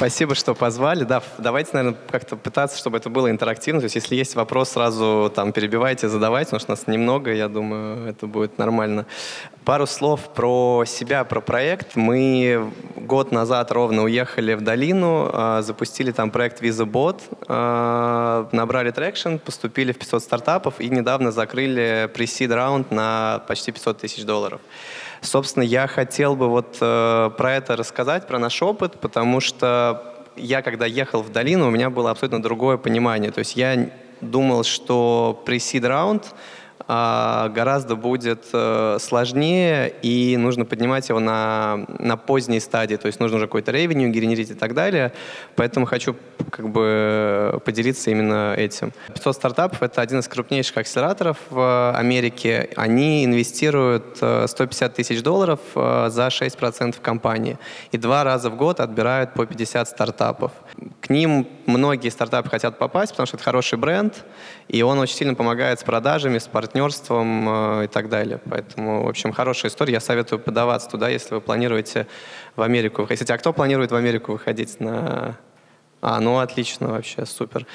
Спасибо, что позвали. Да, давайте, наверное, как-то пытаться, чтобы это было интерактивно. То есть, если есть вопрос, сразу там перебивайте, задавайте, потому что нас немного, я думаю, это будет нормально. Пару слов про себя, про проект. Мы год назад ровно уехали в долину, запустили там проект VisaBot, набрали трекшн, поступили в 500 стартапов и недавно закрыли pre-seed раунд на почти $500 тысяч. Собственно, я хотел бы вот про это рассказать, про наш опыт, потому что я, когда ехал в долину, у меня было абсолютно другое понимание. То есть я думал, что pre-seed раунд гораздо будет сложнее, и нужно поднимать его на поздней стадии, то есть нужно уже какой-то ревеню генерить и так далее. Поэтому хочу как бы поделиться именно этим. 500 стартапов — это один из крупнейших акселераторов в Америке. Они инвестируют $150 тысяч за 6% компании. И 2 раза в год отбирают по 50 стартапов. К ним многие стартапы хотят попасть, потому что это хороший бренд, и он очень сильно помогает с продажами, с партнерством и так далее. Поэтому, в общем, хорошая история. Я советую подаваться туда, если вы планируете в Америку. Кстати, а кто планирует в Америку выходить на... ну отлично, вообще, супер.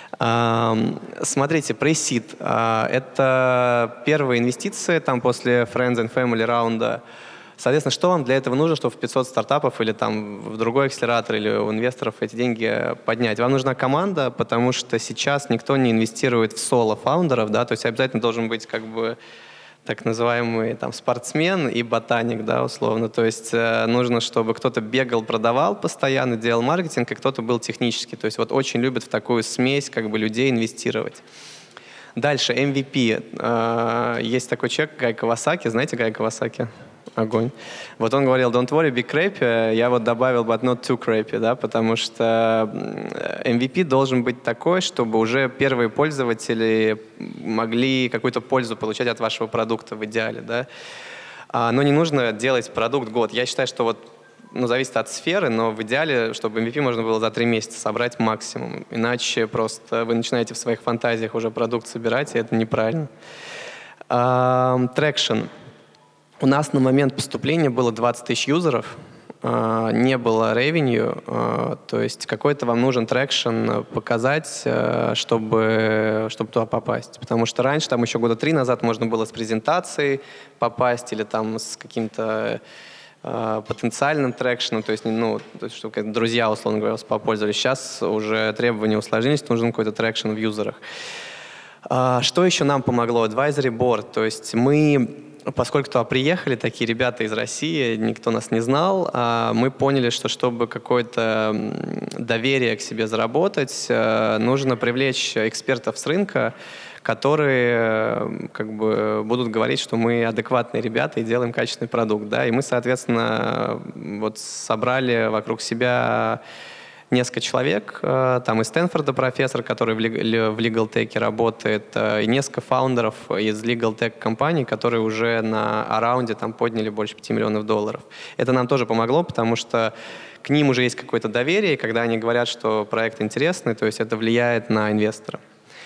Смотрите, Pre-Seed — это первые инвестиции там после Friends and Family раунда. Соответственно, что вам для этого нужно, чтобы в 500 стартапов или там в другой акселератор или у инвесторов эти деньги поднять? Вам нужна команда, потому что сейчас никто не инвестирует в соло-фаундеров, да, то есть обязательно должен быть как бы так называемый там спортсмен и ботаник, да, условно. То есть нужно, чтобы кто-то бегал, продавал постоянно, делал маркетинг, и кто-то был технический. То есть вот очень любят в такую смесь как бы людей инвестировать. Дальше, MVP. Есть такой человек, Гай Кавасаки. Знаете Гая Кавасаки? Огонь. Вот он говорил, don't worry, be crappy. Я вот добавил, but not too crappy, да, потому что MVP должен быть такой, чтобы уже первые пользователи могли какую-то пользу получать от вашего продукта в идеале, да. Но не нужно делать продукт год. Я считаю, что вот, зависит от сферы, но в идеале, чтобы MVP можно было за 3 месяца собрать максимум. Иначе просто вы начинаете в своих фантазиях уже продукт собирать, и это неправильно. Traction. У нас на момент поступления было 20 тысяч юзеров, не было revenue, то есть какой-то вам нужен трекшн показать, чтобы туда попасть. Потому что раньше, там еще года 3 назад, можно было с презентацией попасть или там с каким-то потенциальным трекшеном, то есть, чтобы друзья, условно говоря, попользовались. Сейчас уже требования усложнились, нужен какой-то трекшн в юзерах. Что еще нам помогло? Advisory board, то есть мы... Поскольку туда приехали такие ребята из России, никто нас не знал, мы поняли, что чтобы какое-то доверие к себе заработать, нужно привлечь экспертов с рынка, которые как бы будут говорить, что мы адекватные ребята и делаем качественный продукт. Да? И мы, соответственно, вот собрали вокруг себя несколько человек, там из Стэнфорда профессор, который в Legal Tech работает, и несколько фаундеров из Legal Tech компаний, которые уже на раунде там подняли больше $5 миллионов. Это нам тоже помогло, потому что к ним уже есть какое-то доверие, и когда они говорят, что проект интересный, то есть это влияет на инвестора.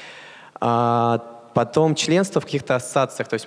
Потом членство в каких-то ассоциациях. То есть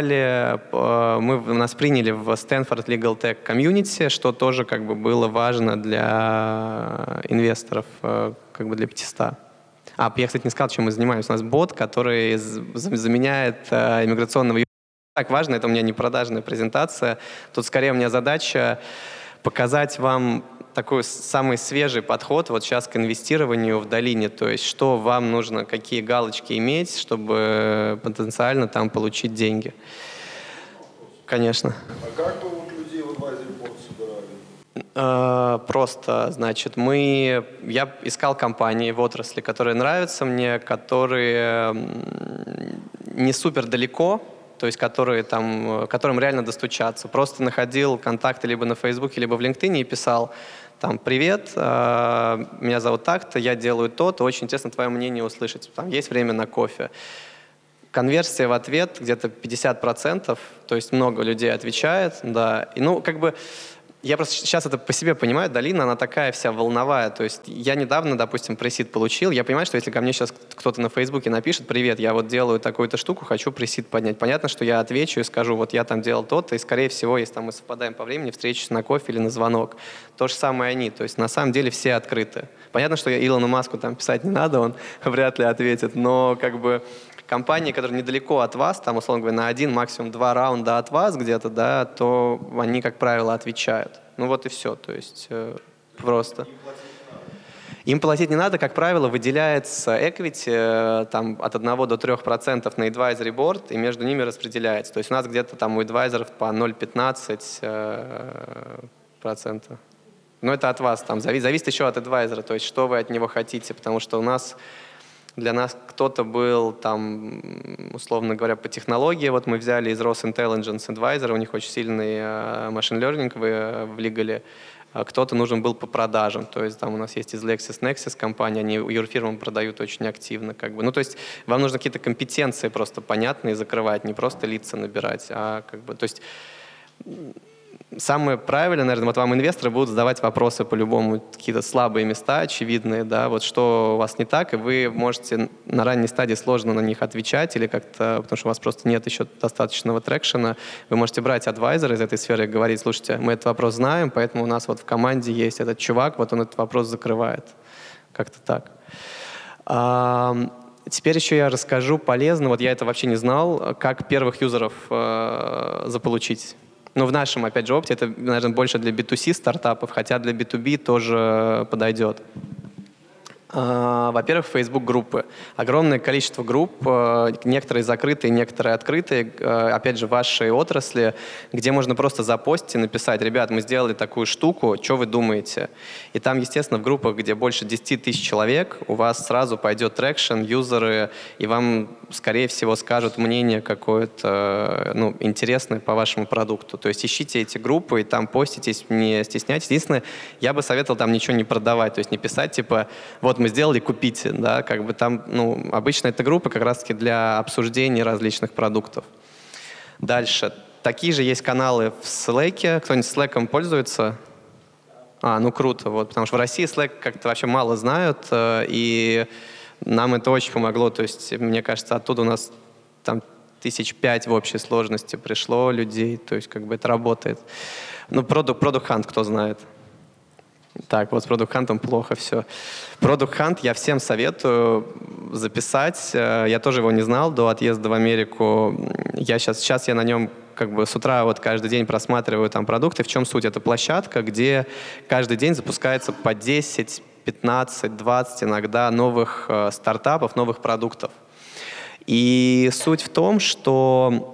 нас приняли в Stanford Legal Tech Community, что тоже как бы было важно для инвесторов, как бы для 500. Я, кстати, не сказал, чем мы занимаемся. У нас бот, который заменяет иммиграционного юриста. Так важно, это у меня не продажная презентация. Тут скорее у меня задача показать вам такой самый свежий подход вот сейчас к инвестированию в долине, то есть что вам нужно, какие галочки иметь, чтобы потенциально там получить деньги. Конечно. А как вы вот людей в Advisory Board собирали? Просто, значит, я искал компании в отрасли, которые нравятся мне, которые не супер далеко, то есть которым реально достучаться. Просто находил контакты либо на Фейсбуке, либо в LinkedIn и писал там: «Привет, меня зовут так-то, я делаю то-то, очень интересно твое мнение услышать. Там есть время на кофе». Конверсия в ответ где-то 50%, то есть много людей отвечает, да. И, Я просто сейчас это по себе понимаю, долина, она такая вся волновая. То есть я недавно, допустим, пресид получил. Я понимаю, что если ко мне сейчас кто-то на Фейсбуке напишет: «Привет, я вот делаю такую-то штуку, хочу пресид поднять». Понятно, что я отвечу и скажу: вот я там делал то-то, и, скорее всего, если там мы совпадаем по времени, встречусь на кофе или на звонок. То же самое они. То есть на самом деле все открыты. Понятно, что Илону Маску там писать не надо, он вряд ли ответит, но как бы компании, которые недалеко от вас, там, условно говоря, на 1, максимум 2 раунда от вас где-то, да, то они, как правило, отвечают. Ну вот и все, то есть просто. Им платить не надо, как правило, выделяется equity там, от 1 до 3% на advisory board, и между ними распределяется. То есть у нас где-то там у адвайзеров по 0,15%. Но это от вас, там, зависит еще от адвайзера, то есть что вы от него хотите, потому что для нас кто-то был там, условно говоря, по технологии. Вот мы взяли из Rosintelligence Advisor, у них очень сильный machine learning в Legal. Кто-то нужен был по продажам. То есть там у нас есть из LexisNexis компания, они юрфирмам продают очень активно. Как бы. Ну, то есть вам нужно какие-то компетенции просто понятные закрывать, не просто лица набирать, а как бы, то есть самое правильное, наверное, вот вам инвесторы будут задавать вопросы по-любому, какие-то слабые места, очевидные, да, вот что у вас не так, и вы можете на ранней стадии сложно на них отвечать или как-то, потому что у вас просто нет еще достаточного трекшена, вы можете брать адвайзера из этой сферы и говорить: слушайте, мы этот вопрос знаем, поэтому у нас вот в команде есть этот чувак, вот он этот вопрос закрывает. Как-то так. Теперь еще я расскажу полезно, вот я это вообще не знал, как первых юзеров заполучить. Ну, в нашем, опять же, опыте это, наверное, больше для B2C стартапов, хотя для B2B тоже подойдет. Во-первых, Facebook-группы. Огромное количество групп, некоторые закрытые, некоторые открытые, опять же, в вашей отрасли, где можно просто запостить и написать: ребят, мы сделали такую штуку, что вы думаете? И там, естественно, в группах, где больше 10 тысяч человек, у вас сразу пойдет трекшн, юзеры, и вам, скорее всего, скажут мнение какое-то, ну, интересное по вашему продукту. То есть ищите эти группы и там поститесь, не стесняйтесь. Единственное, я бы советовал там ничего не продавать, то есть не писать типа: вот мы сделали, купите, да, как бы там, ну, обычно это группа как раз-таки для обсуждения различных продуктов. Дальше. Такие же есть каналы в Slack. Кто-нибудь Slack'ом пользуется? Ну круто, вот, потому что в России Slack как-то вообще мало знают, и нам это очень помогло, то есть, мне кажется, оттуда у нас там 5,000 в общей сложности пришло людей, то есть, как бы это работает. Ну, Product Hunt, кто знает? Так, вот с Product Hunt'ом плохо все. Product Hunt я всем советую записать. Я тоже его не знал до отъезда в Америку. Сейчас я на нем как бы с утра вот каждый день просматриваю там продукты. В чем суть? Это площадка, где каждый день запускается по 10, 15, 20 иногда новых стартапов, новых продуктов. И суть в том, что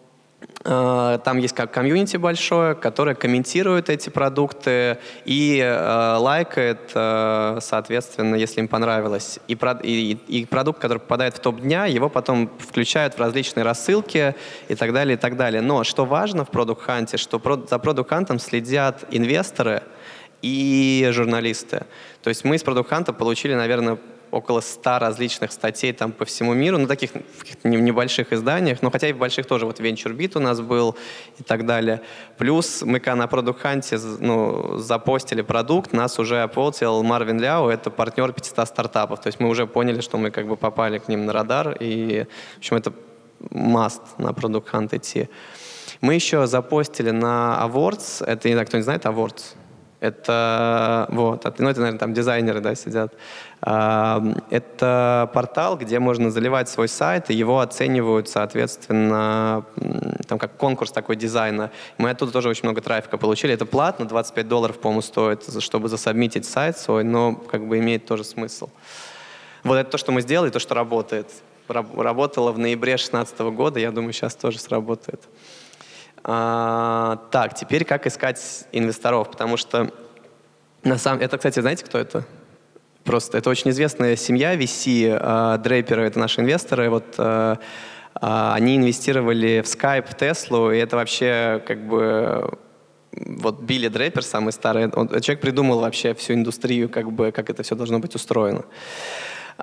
там есть как комьюнити большое, которое комментирует эти продукты и лайкает, соответственно, если им понравилось. И продукт, который попадает в топ дня, его потом включают в различные рассылки и так далее, и так далее. Но что важно в Product Hunt, что за Product Hunt'ом следят инвесторы и журналисты. То есть мы из Product Hunt'а получили, наверное, около 100 различных статей там по всему миру, ну, таких в каких-то небольших изданиях, но хотя и в больших тоже, вот VentureBeat у нас был и так далее. Плюс мы когда на Product Hunt запостили продукт, нас уже опоутил Марвин Ляо, это партнер 500 стартапов, то есть мы уже поняли, что мы как бы попали к ним на радар, и, в общем, это must на Product Hunt идти. Мы еще запостили на Awards, это, кто не знает, Awards? Это, вот, это, наверное, там дизайнеры, да, сидят. Это портал, где можно заливать свой сайт, и его оценивают, соответственно, там как конкурс такой дизайна. Мы оттуда тоже очень много трафика получили. Это платно, $25, по-моему, стоит, чтобы засабмитить сайт свой, но как бы имеет тоже смысл. Вот это то, что мы сделали, то, что работает. Работало в ноябре 2016 года, я думаю, сейчас тоже сработает. Так, теперь как искать инвесторов, потому что это, кстати, знаете, кто это? Просто это очень известная семья VC, Дрейперы, это наши инвесторы, вот они инвестировали в Skype, в Теслу, и это вообще как бы вот Билли Дрейпер, самый старый, человек придумал вообще всю индустрию, как бы, как это все должно быть устроено.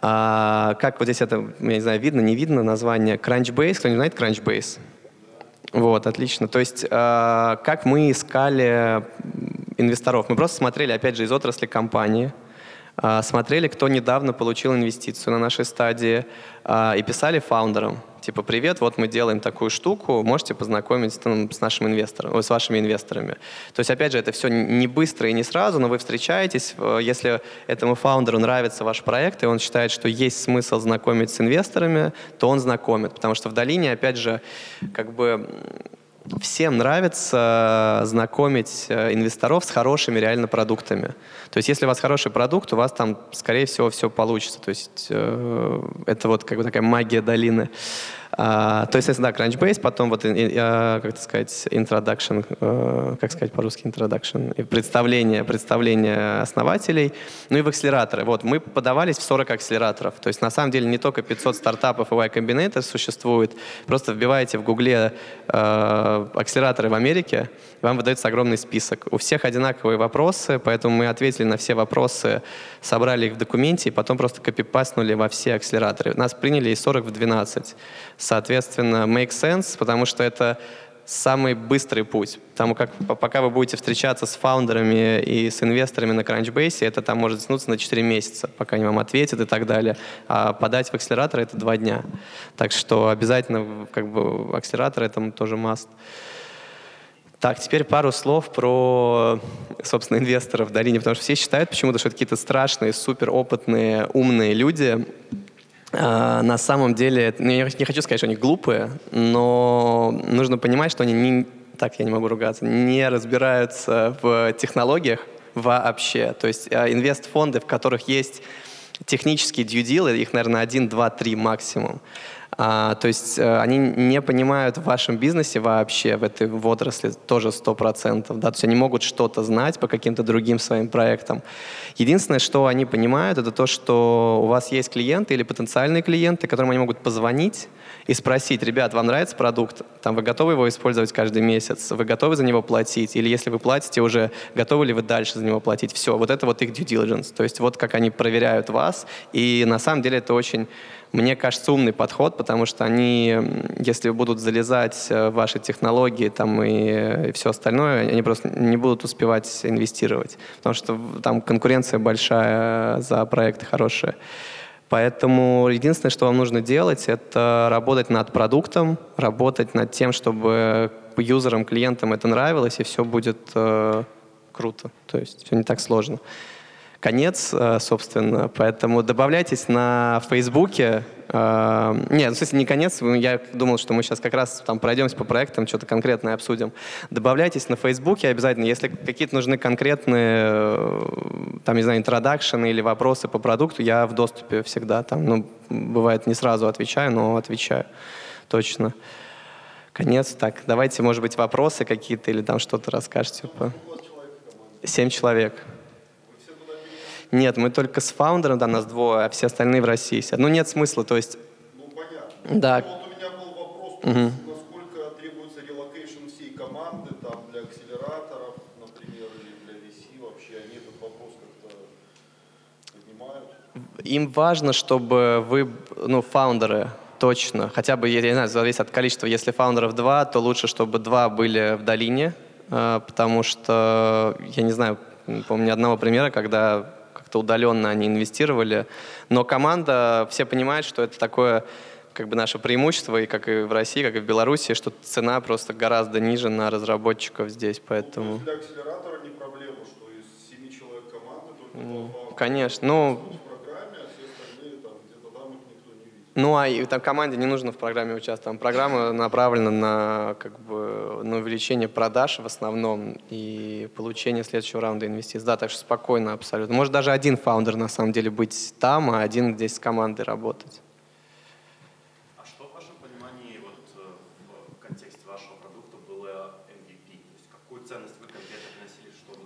Как вот здесь это, я не знаю, видно, не видно название Crunchbase, кто не знает Crunchbase? Вот, отлично. То есть, как мы искали инвесторов? Мы просто смотрели, опять же, из отрасли компании, смотрели, кто недавно получил инвестицию на нашей стадии, и писали фаундерам. Типа, привет, вот мы делаем такую штуку, можете познакомить там, с нашим инвестором, с вашими инвесторами. То есть, опять же, это все не быстро и не сразу, но вы встречаетесь. Если этому фаундеру нравится ваш проект, и он считает, что есть смысл знакомить с инвесторами, то он знакомит. Потому что в долине, опять же, как бы всем нравится знакомить инвесторов с хорошими реально продуктами. То есть если у вас хороший продукт, у вас там, скорее всего, все получится. То есть это вот как бы такая магия долины. То есть, да, Crunchbase, потом вот, как это сказать, introduction, как сказать по-русски introduction, и представление основателей, ну и в акселераторы. Вот, мы подавались в 40 акселераторов. То есть, на самом деле, не только 500 стартапов и Y Combinator существует, просто вбиваете в Гугле акселераторы в Америке, и вам выдается огромный список. У всех одинаковые вопросы, поэтому мы ответили на все вопросы, собрали их в документе и потом просто копипастнули во все акселераторы. Нас приняли из 40 в 12. Соответственно, make sense, потому что это самый быстрый путь. Потому как пока вы будете встречаться с фаундерами и с инвесторами на Crunchbase, это там может тянуться на 4 месяца, пока они вам ответят и так далее. А подать в акселератор — это 2 дня. Так что обязательно как бы акселератор — это тоже must. Так, теперь пару слов про, собственно, инвесторов в долине, потому что все считают почему-то, что это какие-то страшные, суперопытные, умные люди. На самом деле, я не хочу сказать, что они глупые, но нужно понимать, что они не разбираются в технологиях вообще. То есть инвестфонды, в которых есть технические due deal, их, наверное, 1, 2, 3 максимум. То есть они не понимают в вашем бизнесе вообще, в отрасли тоже 100%. Да? То есть они могут что-то знать по каким-то другим своим проектам. Единственное, что они понимают, это то, что у вас есть клиенты или потенциальные клиенты, которым они могут позвонить и спросить: ребят, вам нравится продукт? Там, вы готовы его использовать каждый месяц? Вы готовы за него платить? Или если вы платите уже, готовы ли вы дальше за него платить? Все, вот это вот их due diligence. То есть вот как они проверяют вас. И на самом деле это очень, мне кажется, умный подход, потому что они, если будут залезать в ваши технологии там, и все остальное, они просто не будут успевать инвестировать. Потому что там конкуренция большая за проекты хорошие. Поэтому единственное, что вам нужно делать, это работать над продуктом, работать над тем, чтобы юзерам, клиентам это нравилось, и все будет круто. То есть все не так сложно. Конец, собственно, поэтому добавляйтесь на Фейсбуке. Нет, в смысле, не конец, я думал, что мы сейчас как раз там пройдемся по проектам, что-то конкретное обсудим. Добавляйтесь на Фейсбуке обязательно, если какие-то нужны конкретные, там, не знаю, интродакшены или вопросы по продукту, я в доступе всегда там, ну, бывает, не сразу отвечаю, но отвечаю, точно. Конец, так, давайте, может быть, вопросы какие-то или там что-то расскажете. 7 человек. Нет, мы только с фаундером, да, нас 2, а все остальные в России сидят. Ну, нет смысла, то есть... Ну, понятно. Да. Ну, вот у меня был вопрос, насколько требуется релокейшн всей команды, там, для акселераторов, например, или для VC вообще, они этот вопрос как-то поднимают? Им важно, чтобы вы, ну, фаундеры, точно, хотя бы, я не знаю, зависит от количества, если фаундеров 2, то лучше, чтобы 2 были в долине, потому что, я не знаю, помню ни одного примера, когда как-то удаленно они инвестировали, но команда, все понимают, что это такое как бы наше преимущество, и как и в России, как и в Беларуси, что цена просто гораздо ниже на разработчиков здесь, поэтому... Ну, для акселератора не проблема, что из 7 человек команды только 2 фаундера. Конечно, ну... в программе, а все остальные там где-то там их никто не видит. Ну, а и там команде не нужно в программе участвовать. Там программа направлена на, как бы, на увеличение продаж в основном и получение следующего раунда инвестиций. Да, так что спокойно абсолютно. Может даже один фаундер на самом деле быть там, а один здесь с командой работать. А что в вашем понимании вот, в контексте вашего продукта было MVP? То есть какую ценность вы конкретно приносили, что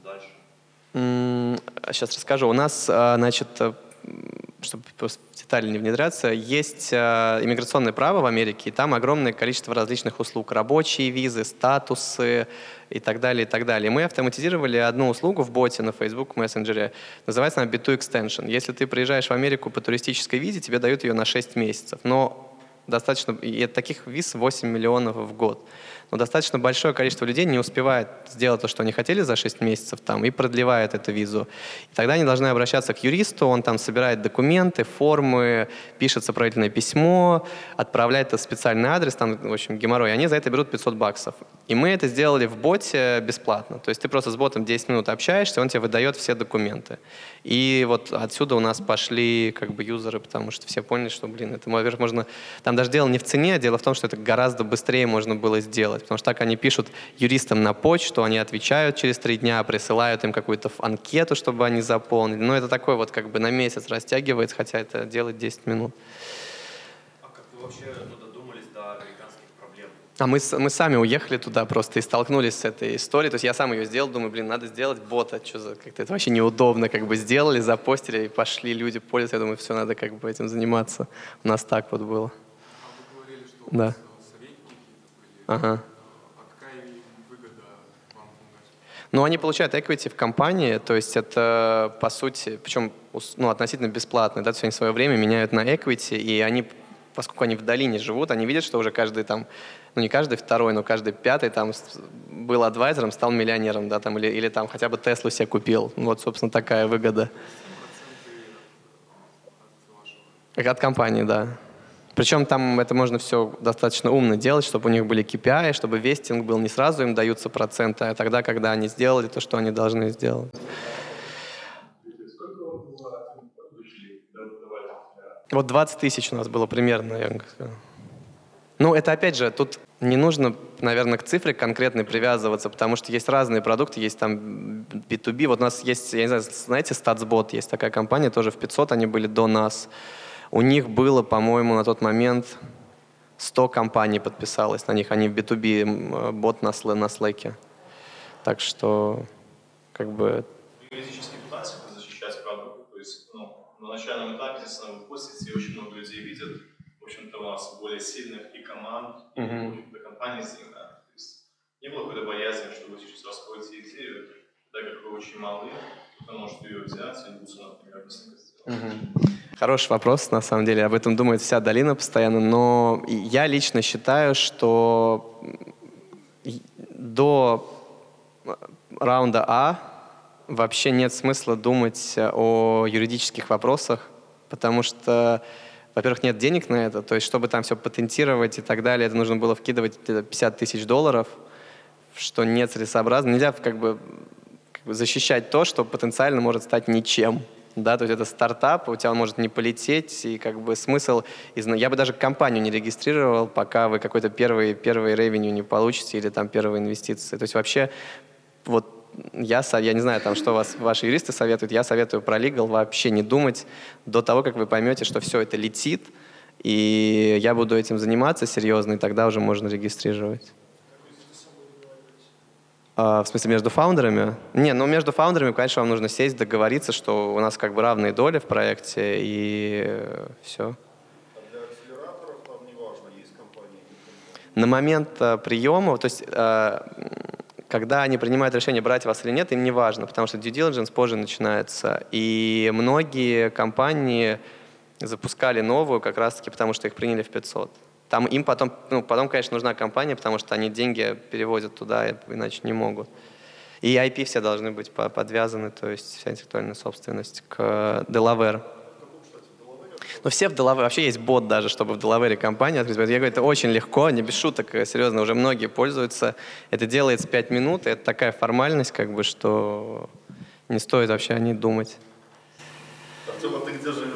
дальше? Сейчас расскажу. У нас, значит, чтобы просто в детали не внедряться, есть иммиграционное право в Америке, и там огромное количество различных услуг. Рабочие визы, статусы и так далее, и так далее. Мы автоматизировали одну услугу в боте на Facebook мессенджере. Называется она B2 Extension. Если ты приезжаешь в Америку по туристической визе, тебе дают ее на 6 месяцев. Но достаточно, и таких виз 8 миллионов в год. Но достаточно большое количество людей не успевает сделать то, что они хотели за 6 месяцев там, и продлевает эту визу. И тогда они должны обращаться к юристу, он там собирает документы, формы, пишет сопроводительное письмо, отправляет это в специальный адрес, там, в общем, геморрой, и они за это берут $500. И мы это сделали в боте бесплатно. То есть ты просто с ботом 10 минут общаешься, он тебе выдает все документы. И вот отсюда у нас пошли как бы юзеры, потому что все поняли, что, блин, это, во-первых, можно... Там даже дело не в цене, а дело в том, что это гораздо быстрее можно было сделать. Потому что так они пишут юристам на почту, они отвечают через 3 дня, присылают им какую-то анкету, чтобы они заполнили. Но это такой вот как бы на месяц растягивается, хотя это делать 10 минут. А как вы вообще додумались до американских проблем? А мы сами уехали туда просто и столкнулись с этой историей. То есть я сам ее сделал, думаю, блин, надо сделать бота. Что за, как-то это вообще неудобно. Как бы сделали, запостили, и пошли люди пользоваться. Я думаю, все, надо как бы этим заниматься. У нас так вот было. А вы говорили, что у Да. вас советники какие-то были. Ага. А какая им выгода вам помогать? Ну, они получают equity в компании, то есть это, по сути, причем относительно бесплатно, да, то есть они свое время меняют на equity, и они, поскольку они в долине живут, они видят, что уже каждый там, ну не каждый второй, но каждый пятый там был адвайзером, стал миллионером, да, там, или там хотя бы Теслу себе купил. Вот, собственно, такая выгода. От компании, да. Причем там это можно все достаточно умно делать, чтобы у них были KPI, чтобы вестинг был не сразу им даются проценты, а тогда, когда они сделали то, что они должны сделать. Вот 20 тысяч у нас было примерно, я бы сказал. Ну, это опять же, тут не нужно, наверное, к цифре конкретной привязываться, потому что есть разные продукты, есть там B2B. Вот у нас есть, я не знаю, знаете, StatsBot, есть такая компания, тоже в 500 они были до нас. У них было, по-моему, на тот момент 100 компаний подписалось на них. Они в B2B бот на Slack. Так что, как бы... Юридически пытаются защищать продукт. То есть, на начальном этапе, естественно, вы постите, и очень много людей видят. В общем-то, у нас более сильных и команд, и, в общем-то, компаний сильных. То есть, не было какой-то боязни, что вы сейчас раскроете идею, так как вы очень малы, кто-то может ее взять, и лучше, например, быстренько сделать. Хороший вопрос, на самом деле. Об этом думает вся долина постоянно. Но я лично считаю, что до раунда А вообще нет смысла думать о юридических вопросах, потому что, во-первых, нет денег на это. То есть, чтобы там все патентировать и так далее, это нужно было вкидывать $50 тысяч, что нецелесообразно. Нельзя как бы защищать то, что потенциально может стать ничем. Да, то есть это стартап, у тебя он может не полететь, и как бы смысл... Я бы даже компанию не регистрировал, пока вы какой-то первый ревеню не получите или там первые инвестиции. То есть вообще, вот я не знаю, там, что ваши юристы советуют, я советую про legal вообще не думать до того, как вы поймете, что все это летит, и я буду этим заниматься серьезно, и тогда уже можно регистрировать. В смысле, между фаундерами? Между фаундерами, конечно, вам нужно сесть, договориться, что у нас как бы равные доли в проекте, и все. А для акселераторов там не важно, есть компания или нет. На момент приема, то есть когда они принимают решение, брать вас или нет, им не важно, потому что due diligence позже начинается. И многие компании запускали новую как раз-таки потому, что их приняли в 500. Там им потом, конечно, нужна компания, потому что они деньги переводят туда, иначе не могут. И IP все должны быть подвязаны, то есть вся интеллектуальная собственность к Delaware. Но все в Delaware, вообще есть бот даже, чтобы в Delaware компания открыть. Я говорю, это очень легко, не без шуток, серьезно, уже многие пользуются. Это делается 5 минут, и это такая формальность, как бы, что не стоит вообще о ней думать. Артем, а ты где живешь?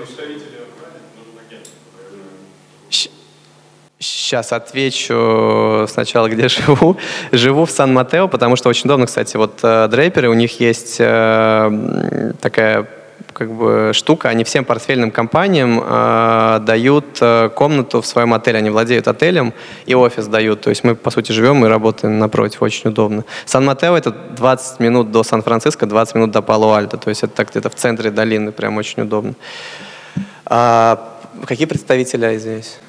Сейчас отвечу сначала, где живу. Живу в Сан-Матео, потому что очень удобно, кстати, вот дрейперы, у них есть такая как бы штука, они всем портфельным компаниям дают комнату в своем отеле, они владеют отелем и офис дают, то есть мы, по сути, живем и работаем напротив, очень удобно. Сан-Матео — это 20 минут до Сан-Франциско, 20 минут до Пало-Альто, то есть это так где-то в центре долины, прям очень удобно. Какие представители, извиняюсь?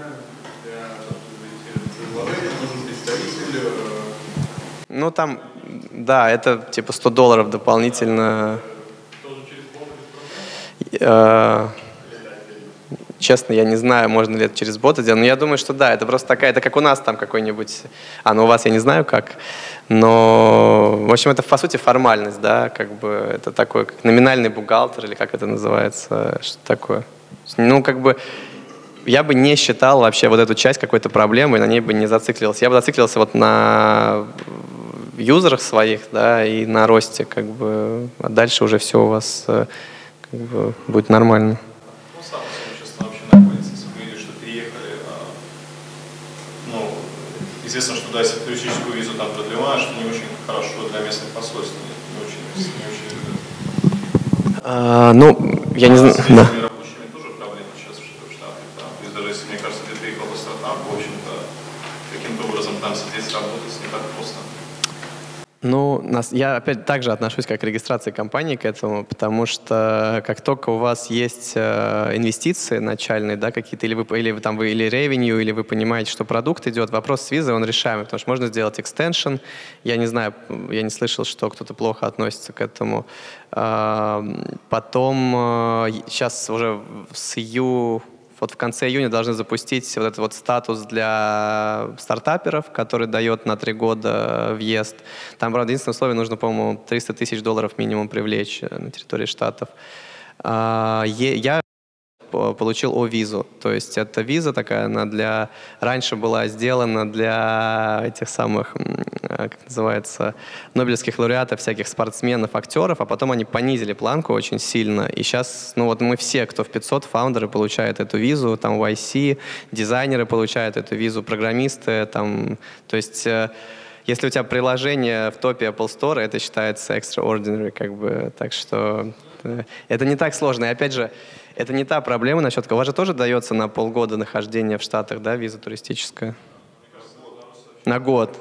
Ну, там, да, это типа $100 дополнительно. честно, я не знаю, можно ли это через бота делать, но я думаю, что да, это просто такая, это как у нас там какой-нибудь, ну у вас я не знаю как, но, в общем, это по сути формальность, да, как бы это такой как номинальный бухгалтер или как это называется, что такое. Ну, как бы я бы не считал вообще вот эту часть какой-то проблемой, на ней бы не зациклился. Я бы зациклился вот на юзерах своих, да, и на росте, как бы, а дальше уже все у вас как бы будет нормально. Ну, сам сейчас вообще находится, если вы видите, что переехали, ну, известно, что да, если туристическую визу там продлеваешь, что не очень хорошо для местных посольств, не очень ну, я не знаю, да. рабочими тоже проблемы сейчас в Штатах, да. То есть даже если, мне кажется, ты приехал в стартап, в общем-то, каким-то образом там сидеть, работать не так просто. Ну, я опять также отношусь как к регистрации компании к этому, потому что как только у вас есть инвестиции начальные, да, какие-то, или revenue, или вы понимаете, что продукт идет, вопрос с визой, он решаемый, потому что можно сделать extension. Я не знаю, я не слышал, что кто-то плохо относится к этому. Потом сейчас уже вот в конце июня должны запустить вот этот вот статус для стартаперов, который дает на 3 года въезд. Там, правда, единственное условие, нужно, по-моему, $300 тысяч минимум привлечь на территории Штатов. Я получил О-визу. То есть эта виза такая, она раньше была сделана для этих самых, как называется, нобелевских лауреатов, всяких спортсменов, актеров, а потом они понизили планку очень сильно. И сейчас, ну вот мы все, кто в 500, фаундеры получают эту визу, там YC, дизайнеры получают эту визу, программисты, там, то есть если у тебя приложение в топе Apple Store, это считается extraordinary, как бы, так что это не так сложно. И опять же, это не та проблема насчет... У вас же тоже дается на полгода нахождения в Штатах, да, виза туристическая? На год.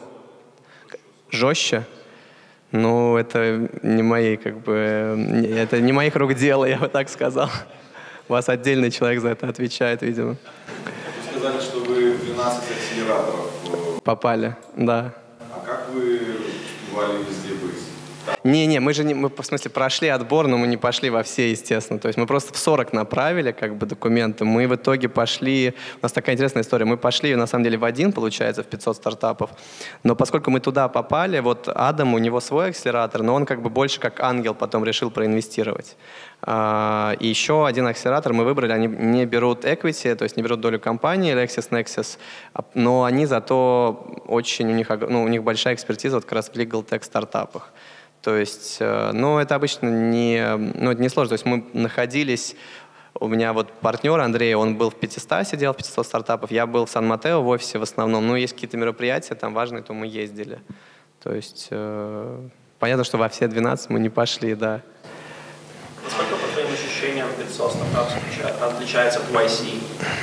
Жестче? Ну, это не мои, как бы... Это не моих рук дело, я бы так сказал. У вас отдельный человек за это отвечает, видимо. Вы сказали, что вы в 12 акселераторов попали, да. А как вы успевали везде быть? Не, мы в смысле прошли отбор, но мы не пошли во все, естественно. То есть мы просто в 40 направили как бы документы. Мы в итоге пошли... У нас такая интересная история. Мы пошли, на самом деле, в один, получается, в 500 стартапов. Но поскольку мы туда попали, вот Адам, у него свой акселератор, но он как бы больше как ангел потом решил проинвестировать. И еще один акселератор мы выбрали, они не берут equity, то есть не берут долю компании, LexisNexis, но они зато очень, у них большая экспертиза вот как раз в legal tech стартапах. То есть, ну, это обычно не сложно. То есть мы находились, у меня вот партнер Андрей, он был в 500, сидел в 500 стартапов, я был в Сан-Матео в офисе в основном, но есть какие-то мероприятия там важные, то мы ездили. То есть, понятно, что во все 12 мы не пошли, да. Насколько, по твоим ощущениям, 500 стартапов отличается от YC?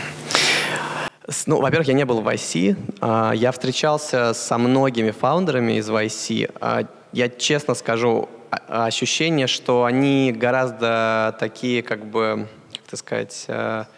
Ну, во-первых, я не был в YC, я встречался со многими фаундерами из YC. Я честно скажу, ощущение, что они гораздо такие, как бы, как это сказать,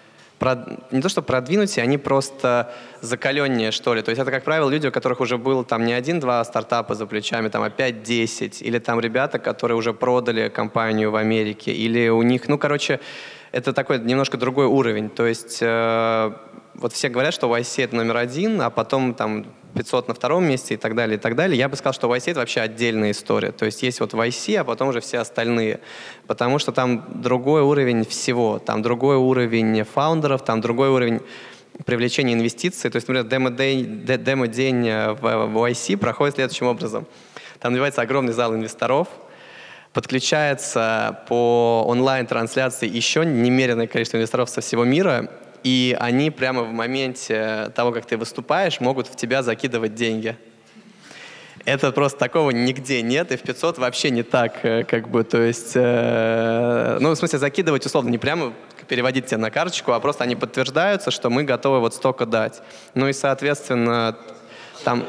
не то что продвинутые, они просто закаленнее, что ли. То есть это, как правило, люди, у которых уже было там не 1-2 стартапа за плечами, там, а 5-10. Или там ребята, которые уже продали компанию в Америке. Или у них, ну, короче, это такой немножко другой уровень. То есть вот все говорят, что YC это номер 1, а потом там 500 на втором месте и так далее, и так далее. Я бы сказал, что YC это вообще отдельная история. То есть есть вот YC, а потом уже все остальные. Потому что там другой уровень всего. Там другой уровень фаундеров, там другой уровень привлечения инвестиций. То есть, например, демо-день в YC проходит следующим образом. Там набивается огромный зал инвесторов, подключается по онлайн-трансляции еще немеренное количество инвесторов со всего мира, и они прямо в моменте того, как ты выступаешь, могут в тебя закидывать деньги. Это просто такого нигде нет, и в 500 вообще не так, как бы, то есть, ну, в смысле, закидывать условно, не прямо переводить тебя на карточку, а просто они подтверждаются, что мы готовы вот столько дать. Ну и, соответственно, там...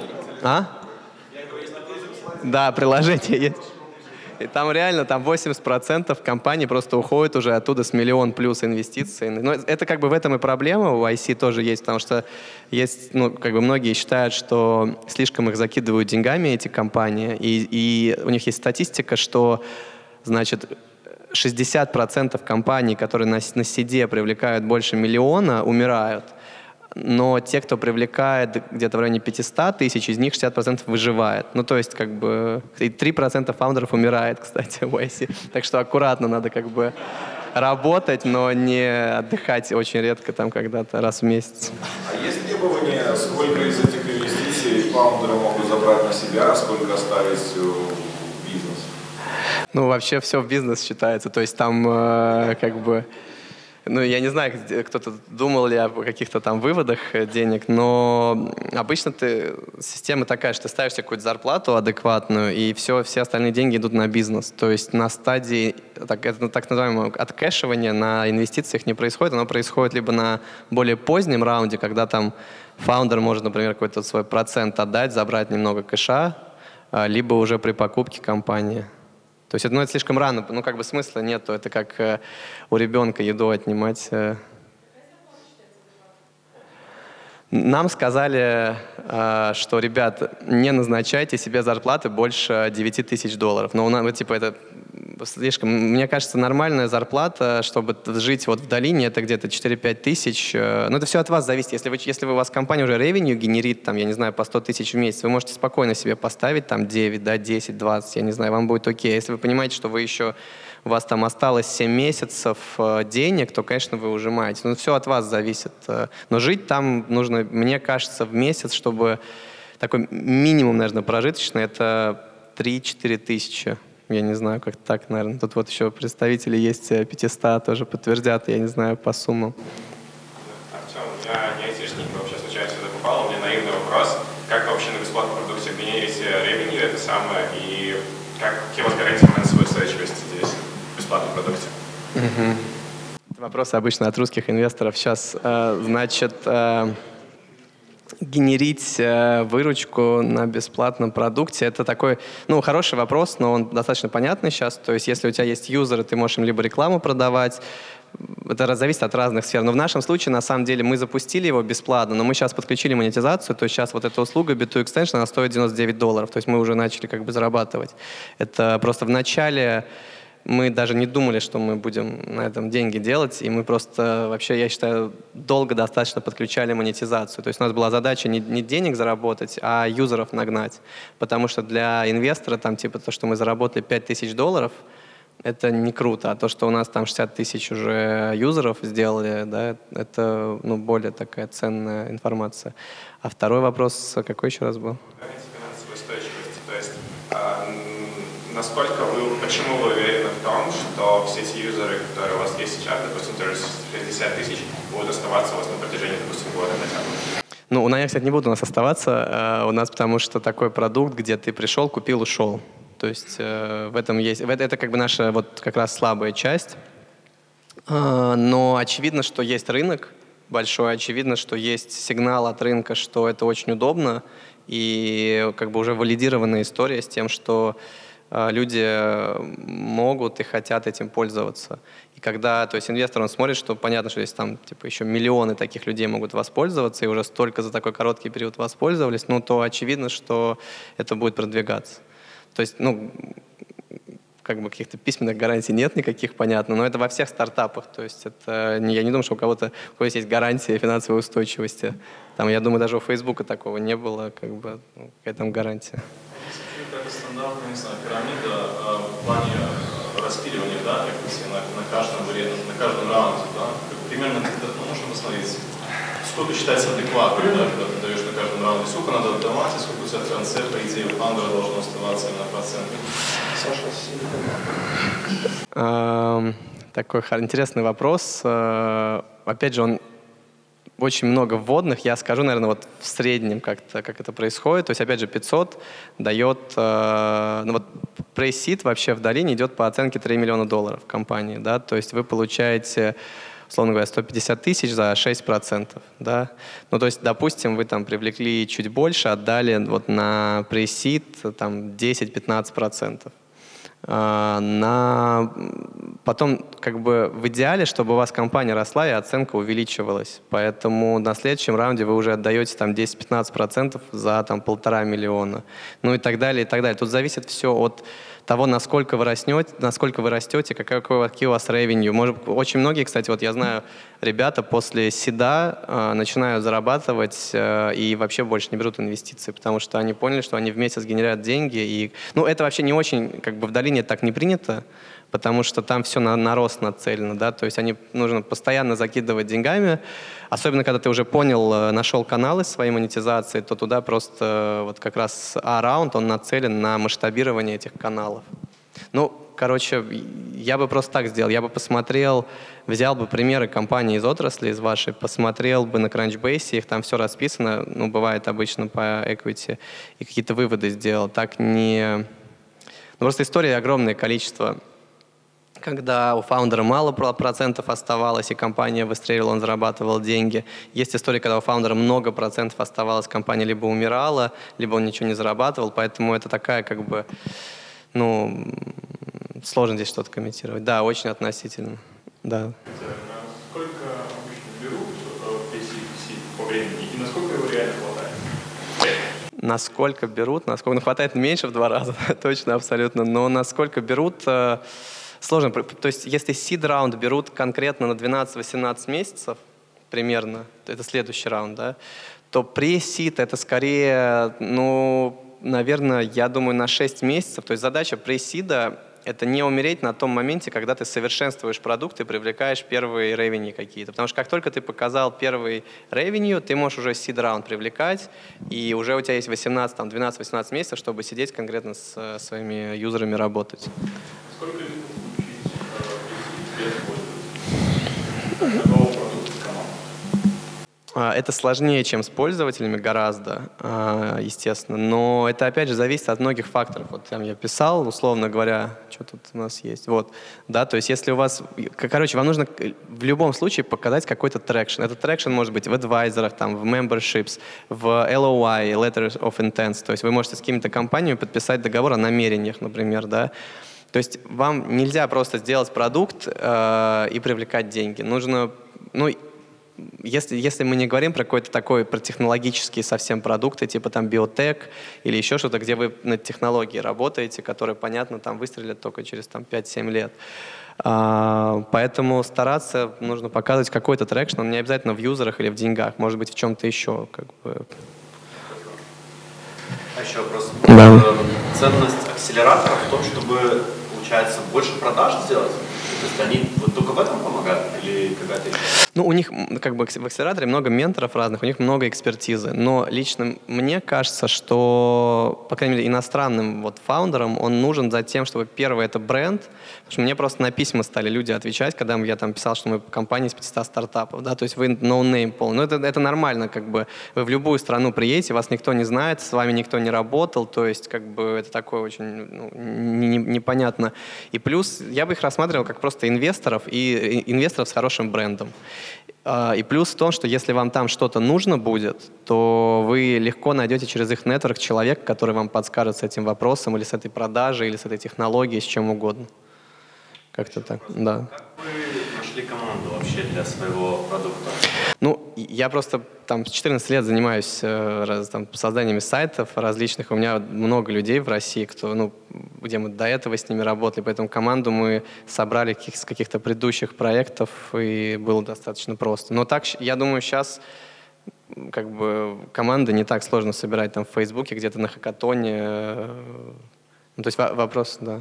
Да, приложение есть. И там реально там 80% компаний просто уходит уже оттуда с $1 миллион плюс инвестиций. Но это как бы в этом и проблема у IC тоже есть, потому что есть, ну, как бы многие считают, что слишком их закидывают деньгами эти компании, и у них есть статистика, что, значит, 60% компаний, которые на сиде привлекают больше миллиона, умирают. Но те, кто привлекает где-то в районе 500 тысяч, из них 60% выживает. Ну, то есть, как бы, и 3% фаундеров умирает, кстати, в YC. Так что аккуратно надо, как бы, работать, но не отдыхать очень редко, там, когда-то раз в месяц. А есть требования, сколько из этих инвестиций фаундеры могут забрать на себя, сколько оставить в бизнес? Ну, вообще все в бизнес считается. То есть там, как бы... Ну, я не знаю, кто-то думал ли о каких-то там выводах денег, но обычно система такая, что ты ставишь себе какую-то зарплату адекватную, и все остальные деньги идут на бизнес. То есть на стадии, это так называемое откэшивание на инвестициях не происходит, оно происходит либо на более позднем раунде, когда там фаундер может, например, какой-то свой процент отдать, забрать немного кэша, либо уже при покупке компании. То есть это слишком рано, ну как бы смысла нету, это как у ребенка еду отнимать. Нам сказали, что, ребят, не назначайте себе зарплаты больше 9 тысяч долларов. Но у нас, типа, это слишком... Мне кажется, нормальная зарплата, чтобы жить вот в долине, это где-то 4-5 тысяч. Но это все от вас зависит. Если у вас компания уже ревенью генерит, там, я не знаю, по 100 тысяч в месяц, вы можете спокойно себе поставить там 9, да, 10, 20, я не знаю, вам будет окей. Если вы понимаете, что у вас там осталось 7 месяцев денег, то, конечно, вы ужимаете. Но все от вас зависит. Но жить там нужно, мне кажется, в месяц, чтобы такой минимум, наверное, прожиточный, это 3-4 тысячи. Я не знаю, как так, наверное. Тут вот еще представители есть 500, тоже подтвердят, я не знаю, по суммам. Артем, я не айтишник, вообще случайно сюда попал. У меня наивный вопрос. Как вы вообще на бесплатном продукте генерите ревенью, это самое, и какие у вас гарантии финансовой устойчивости здесь, в бесплатном продукте? Вопросы обычно от русских инвесторов. Сейчас, значит, генерить выручку на бесплатном продукте, это такой, хороший вопрос, но он достаточно понятный сейчас. То есть, если у тебя есть юзеры, ты можешь им либо рекламу продавать, это зависит от разных сфер. Но в нашем случае, на самом деле, мы запустили его бесплатно, но мы сейчас подключили монетизацию, то есть сейчас вот эта услуга B2 Extension, она стоит $99, то есть мы уже начали как бы зарабатывать. Это просто в начале мы даже не думали, что мы будем на этом деньги делать, и мы просто, вообще, я считаю, долго достаточно подключали монетизацию. То есть у нас была задача не денег заработать, а юзеров нагнать. Потому что для инвестора, там, типа, то, что мы заработали $5000, это не круто. А то, что у нас там 60 тысяч уже юзеров сделали, да, это более такая ценная информация. А второй вопрос какой еще раз был? Финансовой устойчивости. То есть, почему вы уверены в том, что все эти юзеры, которые у вас есть сейчас, допустим, 60 тысяч, будут оставаться у вас на протяжении, допустим, года хотя бы? Они, кстати, не будут у нас оставаться. У нас потому что такой продукт, где ты пришел, купил, ушел. То есть в этом есть... Это как бы наша вот как раз слабая часть. Но очевидно, что есть рынок большой, очевидно, что есть сигнал от рынка, что это очень удобно. И как бы уже валидированная история с тем, что люди могут и хотят этим пользоваться. И когда, то есть инвестор, он смотрит, что понятно, что есть там типа еще миллионы таких людей могут воспользоваться, и уже столько за такой короткий период воспользовались, то очевидно, что это будет продвигаться. То есть, как бы каких-то письменных гарантий нет никаких, понятно, но это во всех стартапах. То есть это, я не думаю, что у кого-то есть гарантия финансовой устойчивости. Там, я думаю, даже у Фейсбука такого не было, как бы, какая там гарантия. Какая-то стандартная, не знаю, пирамида в плане распиливания, да, на каждом раунде, да, примерно можно посмотреть, сколько считается адекватным, да, когда ты даешь на каждом раунде, сколько надо отдавать, и сколько у тебя в конце, по идее, у фаундера должно оставаться именно проценты. Саша, такой интересный вопрос. Опять же, он очень много вводных. Я скажу, наверное, вот в среднем как это происходит. То есть, опять же, 500 дает... Pre-seed вообще в долине идет по оценке $3 миллиона компании. Да? То есть вы получаете, условно говоря, 150 тысяч за 6%. Да? То есть, допустим, вы там привлекли чуть больше, отдали вот на pre-seed там 10-15%. Потом, как бы, в идеале, чтобы у вас компания росла и оценка увеличивалась. Поэтому на следующем раунде вы уже отдаете там 10-15% за там 1,5 миллиона. И так далее, и так далее. Тут зависит все от того, насколько вы растете, какие у вас revenue. Очень многие, кстати, вот я знаю, ребята после седа начинают зарабатывать и вообще больше не берут инвестиции, потому что они поняли, что они в месяц генерят деньги. И, ну, это вообще не очень, как бы в долине так не принято, потому что там все на рост нацелено, да, то есть нужно постоянно закидывать деньгами, особенно когда ты уже понял, нашел каналы своей монетизации, то туда просто вот как раз A-раунд, он нацелен на масштабирование этих каналов. Ну, короче, я бы просто так сделал, я бы посмотрел, взял бы примеры компаний из отрасли, из вашей, посмотрел бы на Crunchbase, их там все расписано, ну, бывает обычно по equity, и какие-то выводы сделал, так не... Ну, просто истории огромное количество. Когда у фаундера мало процентов оставалось, и компания выстреливала, он зарабатывал деньги. Есть история, когда у фаундера много процентов оставалось, компания либо умирала, либо он ничего не зарабатывал. Поэтому это такая, как бы, ну, сложно здесь что-то комментировать. Да, очень относительно. Да. Насколько обычно берут по времени, и насколько его реально хватает? Насколько берут, насколько хватает меньше в 2 раза, точно, абсолютно. Но насколько берут... Сложно. То есть если seed раунд берут конкретно на 12-18 месяцев примерно, это следующий раунд, да, то pre-seed это скорее, ну, наверное, я думаю, на 6 месяцев. То есть задача pre-seed это не умереть на том моменте, когда ты совершенствуешь продукт и привлекаешь первые revenue какие-то. Потому что как только ты показал первый revenue, ты можешь уже seed раунд привлекать, и уже у тебя есть 12-18 месяцев, чтобы сидеть конкретно с своими юзерами работать. Сколько лет нового продукта команды? Это сложнее, чем с пользователями, гораздо, естественно. Но это, опять же, зависит от многих факторов. Вот там я писал, условно говоря, что тут у нас есть. Вот, да, то есть если у вас... Короче, вам нужно в любом случае показать какой-то трекшн. Этот трекшн может быть в адвайзерах, там, в memberships, в LOI, Letters of Intent. То есть вы можете с какими-то компаниями подписать договор о намерениях, например, да. То есть вам нельзя просто сделать продукт и привлекать деньги. Нужно, ну, если мы не говорим про какой-то такой, про технологические совсем продукты, типа там биотек или еще что-то, где вы над технологией работаете, которые, понятно, там выстрелят только через там, 5-7 лет. Поэтому стараться нужно показывать какой-то трекшн, он не обязательно в юзерах или в деньгах, может быть в чем-то еще. Как бы. А еще вопрос. Да. Ценность акселератора в том, чтобы, получается, больше продаж сделать? То есть они вот только в этом помогают или какая-то... Ну, у них как бы в акселераторе много менторов разных, у них много экспертизы. Но лично мне кажется, что, по крайней мере, иностранным вот фаундерам он нужен за тем, чтобы первое — это бренд. Потому что мне просто на письма стали люди отвечать, когда я там писал, что мы компания из 500 стартапов. Да? То есть вы no-name полный. Но это нормально, как бы. Вы в любую страну приедете, вас никто не знает, с вами никто не работал. То есть как бы это такое очень непонятно. И плюс я бы их рассматривал как просто инвесторов и инвесторов с хорошим брендом. И плюс в том, что если вам там что-то нужно будет, то вы легко найдете через их нетворк человека, который вам подскажет с этим вопросом, или с этой продажей, или с этой технологией, с чем угодно. Как-то так, да. Как вы нашли команду вообще для своего продукта? Ну, я просто там с 14 лет занимаюсь созданиями сайтов различных. У меня много людей в России, где мы до этого с ними работали, поэтому команду мы собрали с каких-то предыдущих проектов, и было достаточно просто. Но так, я думаю, сейчас как бы команды не так сложно собирать там в Фейсбуке, где-то на хакатоне. Ну, то есть вопрос, да.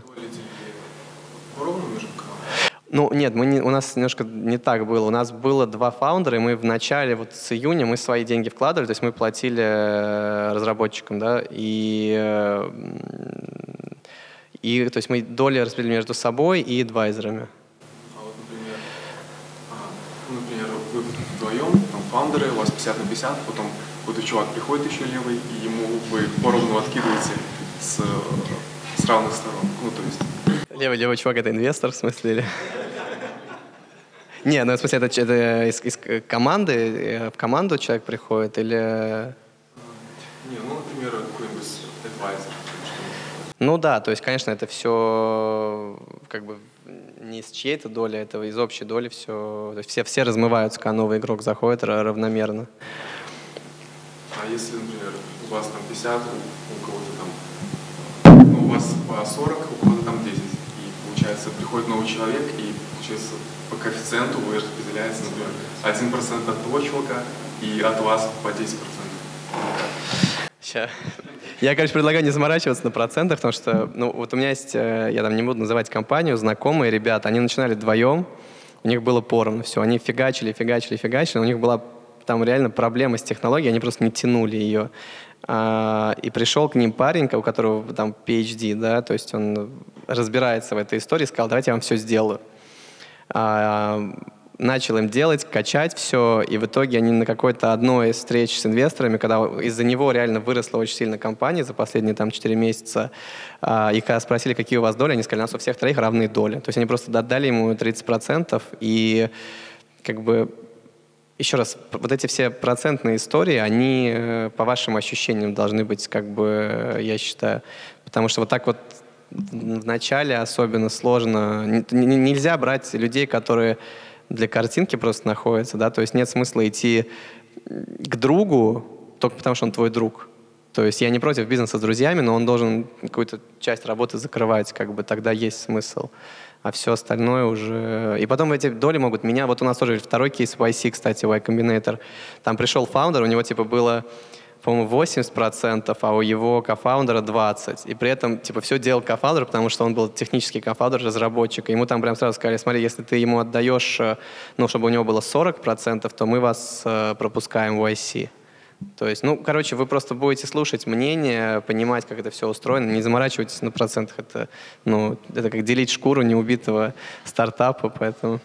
Ну, нет, у нас немножко не так было. У нас было 2 фаундера, и мы в начале, вот с июня, мы свои деньги вкладывали, то есть мы платили разработчикам, да, и то есть мы доли распределили между собой и адвайзерами. А вот, например, вы вдвоем, там, фаундеры, у вас 50 на 50, потом какой-то чувак приходит еще левый, и ему вы поровну откидываете с равных сторон. Ну, то есть... Левый чувак — это инвестор, в смысле? Или? Не, ну в смысле, это из команды, в команду человек приходит или... Не, ну, например, какой-нибудь адвайзер. Ну да, то есть, конечно, это все как бы не из чьей-то доли, это из общей доли все. То есть все размываются, когда новый игрок заходит равномерно. А если, например, у вас там 50, у кого-то там, ну, у вас по 40, у кого-то там 10. И получается, приходит новый человек, и получается, по коэффициенту вы распределяется, например, 1% от того чувака и от вас по 10%. Ща. Я, конечно, предлагаю не заморачиваться на процентах, потому что, ну, вот у меня есть, я там не буду называть компанию, знакомые ребята, они начинали вдвоем, у них было поровну все, они фигачили, у них была там реально проблема с технологией, они просто не тянули ее. И пришел к ним парень, у которого там PhD, да, то есть он разбирается в этой истории, сказал, давайте я вам все сделаю. Начал им делать, качать все, и в итоге они на какой-то одной из встреч с инвесторами, когда из-за него реально выросла очень сильно компания за последние там 4 месяца, и когда спросили, какие у вас доли, они сказали, у нас у всех троих равные доли. То есть они просто отдали ему 30%, и как бы еще раз, вот эти все процентные истории, они по вашим ощущениям должны быть, как бы, я считаю, потому что вот так вот в начале особенно сложно. Нельзя брать людей, которые для картинки просто находятся, да, то есть нет смысла идти к другу только потому, что он твой друг. То есть я не против бизнеса с друзьями, но он должен какую-то часть работы закрывать, как бы тогда есть смысл. А все остальное уже... И потом эти доли могут меня... Вот у нас тоже второй кейс YC, кстати, Y Combinator. Там пришел фаундер, у него типа было, по-моему, 80%, а у его кофаундера 20%. И при этом типа все делал кофаундер, потому что он был технический кофаундер, разработчик. И ему там прям сразу сказали, смотри, если ты ему отдаешь, ну, чтобы у него было 40%, то мы вас пропускаем в YC. То есть, ну, короче, вы просто будете слушать мнение, понимать, как это все устроено, не заморачивайтесь на процентах. Это, ну, это как делить шкуру неубитого стартапа, поэтому...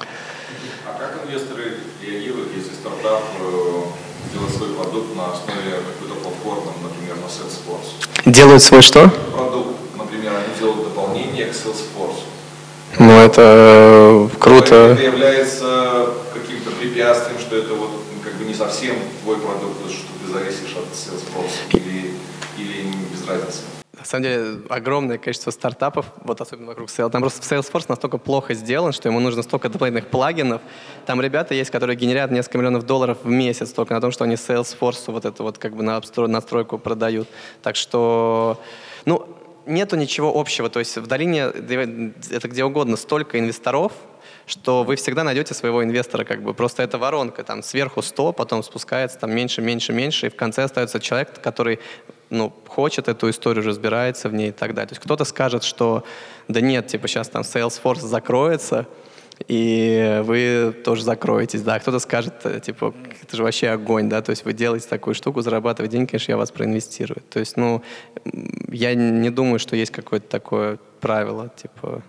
А как инвесторы реагируют, если стартап делает свой продукт на основе какой-то платформы, например, на Salesforce? Делают свой что? Продукт, например, они делают дополнение к Salesforce. Ну, это круто. Это является каким-то препятствием, что это вот как бы не совсем твой продукт, что ты зависишь от Salesforce или без разницы? На самом деле, огромное количество стартапов, вот особенно вокруг Salesforce. Там просто Salesforce настолько плохо сделан, что ему нужно столько дополнительных плагинов. Там ребята есть, которые генерят несколько миллионов долларов в месяц только на том, что они Salesforce вот это вот как бы настройку продают. Так что, ну, нету ничего общего. То есть в долине, это где угодно, столько инвесторов, что вы всегда найдете своего инвестора, как бы. Просто это воронка, там сверху 100, потом спускается там меньше, и в конце остается человек, который, ну, хочет эту историю, разбирается в ней и так далее. То есть кто-то скажет, что да нет, типа сейчас там Salesforce закроется, и вы тоже закроетесь, да. Кто-то скажет, типа, это же вообще огонь, да, то есть вы делаете такую штуку, зарабатываете деньги, конечно, я вас проинвестирую. То есть, ну, я не думаю, что есть какое-то такое правило, типа...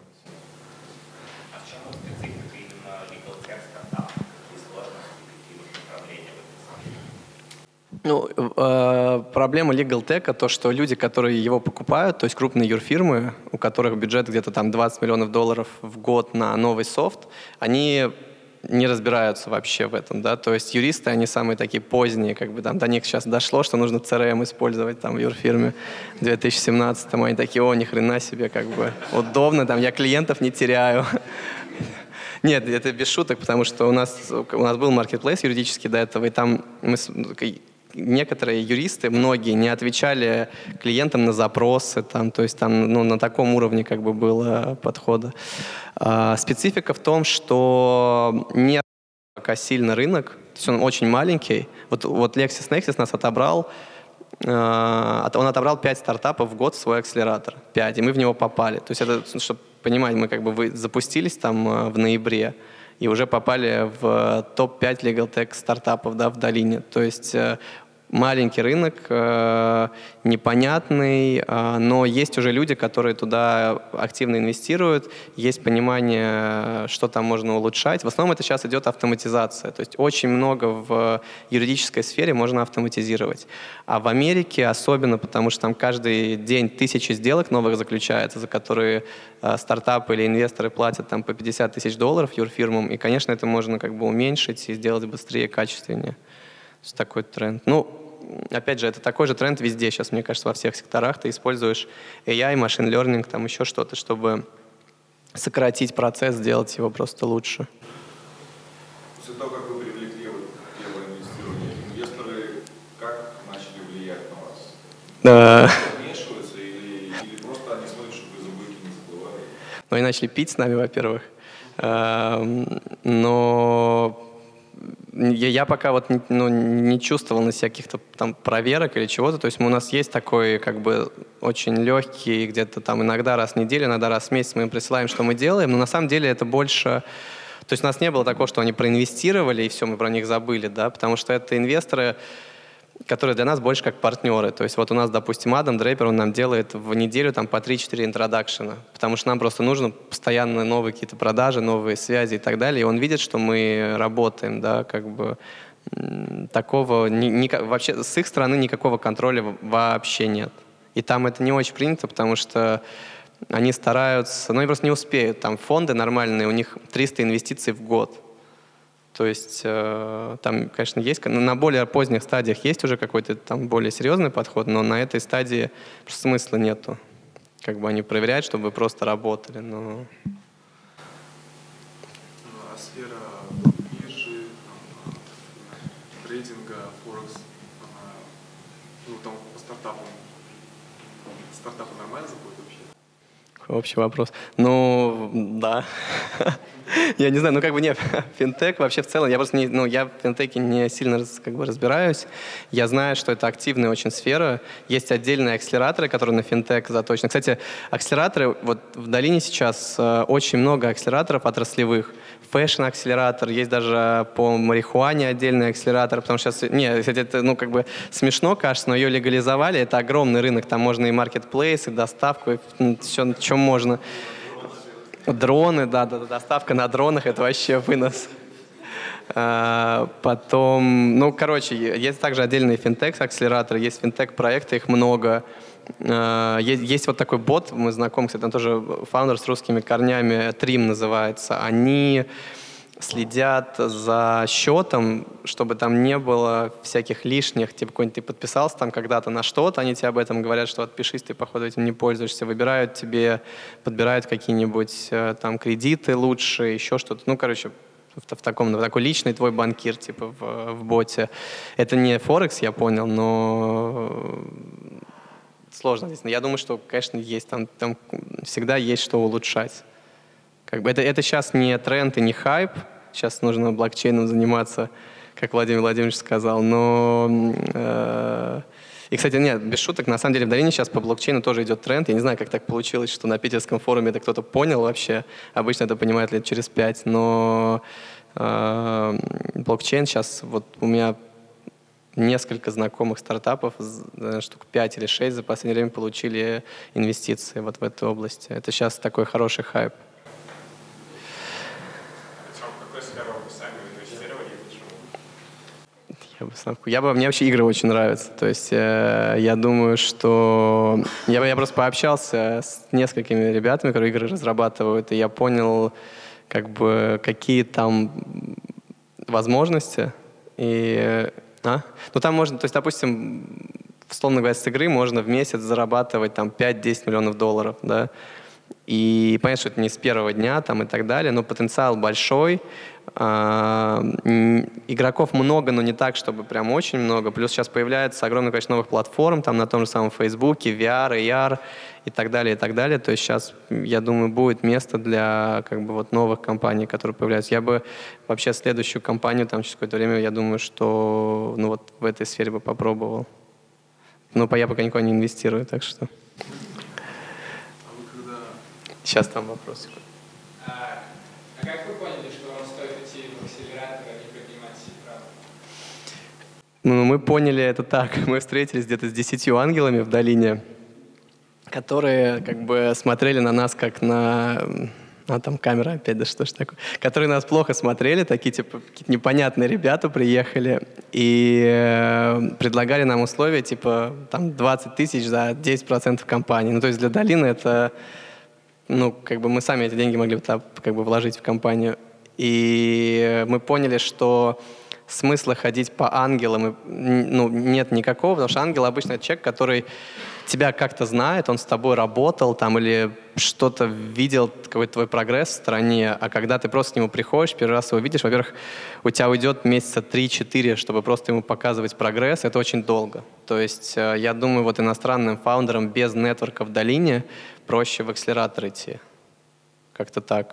Ну, проблема Legal Tech то, что люди, которые его покупают, то есть крупные юрфирмы, у которых бюджет где-то там 20 миллионов долларов в год на новый софт, они не разбираются вообще в этом, да, то есть юристы, они самые такие поздние, как бы там до них сейчас дошло, что нужно CRM использовать там в юрфирме в 2017-м, они такие, о, ни хрена себе, как бы удобно, там я клиентов не теряю. Нет, это без шуток, потому что у нас был маркетплейс юридический до этого, и там некоторые юристы, многие, не отвечали клиентам на запросы, там, то есть там, ну, на таком уровне как бы было подхода. Специфика в том, что не пока сильно рынок, то есть он очень маленький. Вот LexisNexis нас отобрал, он отобрал 5 стартапов в год в свой акселератор, 5, и мы в него попали. То есть это, чтобы понимать, мы как бы запустились там в ноябре, и уже попали в топ-5 Legal Tech стартапов, да, в долине. То есть маленький рынок, непонятный, но есть уже люди, которые туда активно инвестируют, есть понимание, что там можно улучшать. В основном это сейчас идет автоматизация, то есть очень много в юридической сфере можно автоматизировать. А в Америке особенно, потому что там каждый день 1000 сделок новых заключается, за которые стартапы или инвесторы платят там по $50 000 юрфирмам, и, конечно, это можно как бы уменьшить и сделать быстрее и качественнее. То есть такой тренд. Ну, опять же, это такой же тренд везде сейчас, мне кажется, во всех секторах. Ты используешь AI, machine learning, там еще что-то, чтобы сократить процесс, сделать его просто лучше. После того, как вы привлекли первое инвестирование, инвесторы как начали влиять на вас? Вмешиваются или просто Но они начали пить с нами, во-первых. Но я пока вот не чувствовал на себя каких-то там проверок или чего-то. То есть у нас есть такой как бы очень легкий, где-то там иногда раз в неделю, иногда раз в месяц мы им присылаем, что мы делаем. Но на самом деле это больше... То есть у нас не было такого, что они проинвестировали, и все, мы про них забыли, да, потому что это инвесторы, которые для нас больше как партнеры. То есть вот у нас, допустим, Адам Дрейпер, он нам делает в неделю там по 3-4 интродакшена, потому что нам просто нужно постоянно новые какие-то продажи, новые связи и так далее. И он видит, что мы работаем, да, как бы такого, вообще с их стороны никакого контроля вообще нет. И там это не очень принято, потому что они стараются, но они просто не успеют. Там фонды нормальные, у них 300 инвестиций в год. То есть там, конечно, есть, на более поздних стадиях есть уже какой-то там более серьезный подход, но на этой стадии просто смысла нету. Как бы они проверяют, чтобы вы просто работали, но... А сфера биржи, трейдинга, Форекс, ну там по стартапам нормально заходит вообще? Общий вопрос. Ну, да. Я не знаю, ну как бы нет, финтех вообще в целом, я просто я в финтеке не сильно разбираюсь. Я знаю, что это активная очень сфера. Есть отдельные акселераторы, которые на финтех заточены. Кстати, акселераторы, вот в долине сейчас очень много акселераторов отраслевых. Фэшн-акселератор, есть даже по марихуане отдельный акселератор, потому что сейчас, кстати, это, как бы смешно, кажется, но ее легализовали, это огромный рынок, там можно и маркетплейс, и доставку, и все, чем можно. Дроны, да, доставка на дронах, это вообще вынос. Потом, есть также отдельные финтех-акселераторы, есть финтех-проекты, их много. Есть вот такой бот, мы знакомы, кстати, там тоже фаундер с русскими корнями, Trim называется. Они следят за счетом, чтобы там не было всяких лишних, типа какой-нибудь ты подписался там когда-то на что-то, они тебе об этом говорят, что отпишись, ты, походу, этим не пользуешься, выбирают тебе, подбирают какие-нибудь там кредиты лучше, еще что-то. В такой личный твой банкир, типа в боте. Это не Форекс, я понял, но сложно здесь. Но я думаю, что, конечно, есть там всегда есть что улучшать. Как бы это сейчас не тренд и не хайп. Сейчас нужно блокчейном заниматься, как Владимир Владимирович сказал. Но и, кстати, нет, без шуток, на самом деле в долине сейчас по блокчейну тоже идет тренд. Я не знаю, как так получилось, что на питерском форуме это кто-то понял вообще. Обычно это понимают лет через 5. Но блокчейн сейчас, вот у меня несколько знакомых стартапов, штук 5 или 6 за последнее время получили инвестиции вот в этой области. Это сейчас такой хороший хайп. Мне вообще игры очень нравятся. То есть я думаю, что... Я просто пообщался с несколькими ребятами, которые игры разрабатывают, и я понял, как бы, какие там возможности. И... там можно... То есть, допустим, условно говоря, с игры можно в месяц зарабатывать там 5-10 миллионов долларов, да. И понятно, что это не с первого дня там, и так далее, но потенциал большой. Игроков много, но не так, чтобы прям очень много. Плюс сейчас появляется огромное количество новых платформ, там на том же самом Фейсбуке, VR, AR и так далее, и так далее. То есть сейчас, я думаю, будет место для как бы вот новых компаний, которые появляются. Я бы вообще следующую компанию там через какое-то время, я думаю, что вот в этой сфере бы попробовал. Но я пока никуда не инвестирую, так что... Сейчас там вопрос. А как вы поняли, что вам стоит идти в акселератор, а не поднимать сид-раунд? Мы поняли это так. Мы встретились где-то с 10 ангелами в долине, которые как бы смотрели на нас как на... там камера опять, да что ж такое. Которые нас плохо смотрели, такие типа какие-то непонятные ребята приехали и предлагали нам условия типа там 20 тысяч за 10% компании. То есть для долины это... как бы мы сами эти деньги могли как бы вложить в компанию. И мы поняли, что смысла ходить по ангелам нет никакого, потому что ангел обычно это человек, который тебя как-то знает, он с тобой работал там или что-то видел, какой-то твой прогресс в стране, а когда ты просто к нему приходишь, первый раз его видишь, во-первых, у тебя уйдет месяца 3-4, чтобы просто ему показывать прогресс, это очень долго. То есть я думаю, вот иностранным фаундерам без нетворка в долине проще в акселератор идти. Как-то так.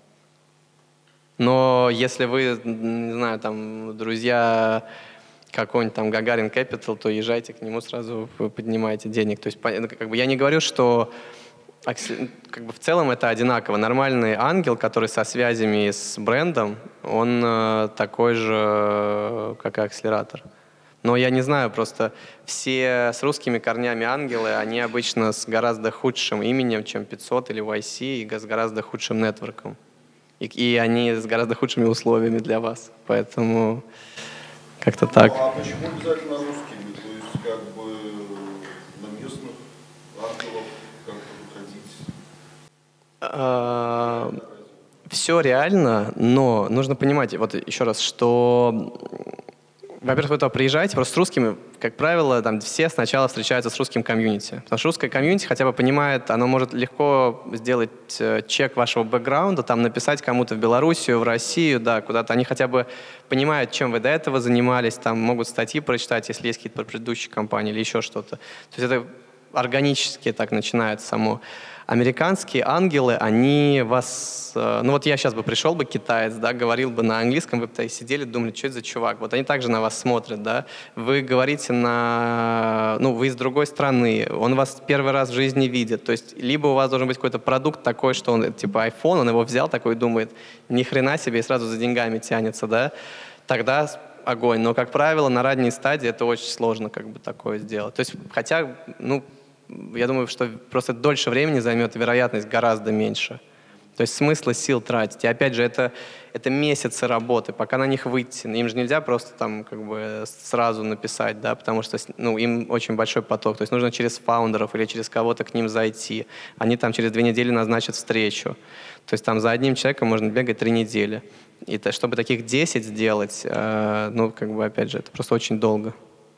Но если вы, не знаю, там, друзья какой-нибудь там Гагарин Capital, то езжайте к нему, сразу вы поднимаете денег. То есть, как бы я не говорю, что как бы в целом это одинаково. Нормальный ангел, который со связями с брендом, он такой же, как и акселератор. Но я не знаю, просто все с русскими корнями ангелы, они обычно с гораздо худшим именем, чем 500 или YC, и с гораздо худшим нетворком. И они с гораздо худшими условиями для вас. Поэтому как-то так. А почему обязательно русскими? То есть как бы на местных ангелов как-то выходить? Все реально, но нужно понимать, вот еще раз, что, во-первых, вы туда приезжаете, просто с русскими, как правило, там все сначала встречаются с русским комьюнити. Потому что русское комьюнити хотя бы понимает, оно может легко сделать чек вашего бэкграунда, там написать кому-то в Белоруссию, в Россию, да, куда-то. Они хотя бы понимают, чем вы до этого занимались, там могут статьи прочитать, если есть какие-то предыдущие компании или еще что-то. То есть это органически так начинается само. Американские ангелы, они вас... Ну вот я сейчас бы пришел бы, китаец, да, говорил бы на английском, вы бы сидели, думали, что это за чувак. Вот они также на вас смотрят, да. Вы говорите на... Ну, вы из другой страны, он вас первый раз в жизни видит. То есть либо у вас должен быть какой-то продукт такой, что он, типа iPhone, он его взял такой и думает, ни хрена себе, и сразу за деньгами тянется, да. Тогда огонь. Но, как правило, на ранней стадии это очень сложно как бы такое сделать. То есть, хотя, ну, я думаю, что просто дольше времени займет, и вероятность гораздо меньше. То есть смысла сил тратить. И опять же, это месяцы работы, пока на них выйти. Им же нельзя просто там как бы сразу написать, да, потому что ну, им очень большой поток. То есть нужно через фаундеров или через кого-то к ним зайти. Они там через 2 недели назначат встречу. То есть там за одним человеком можно бегать 3 недели. И чтобы таких 10 сделать, ну, как бы, опять же, это просто очень долго.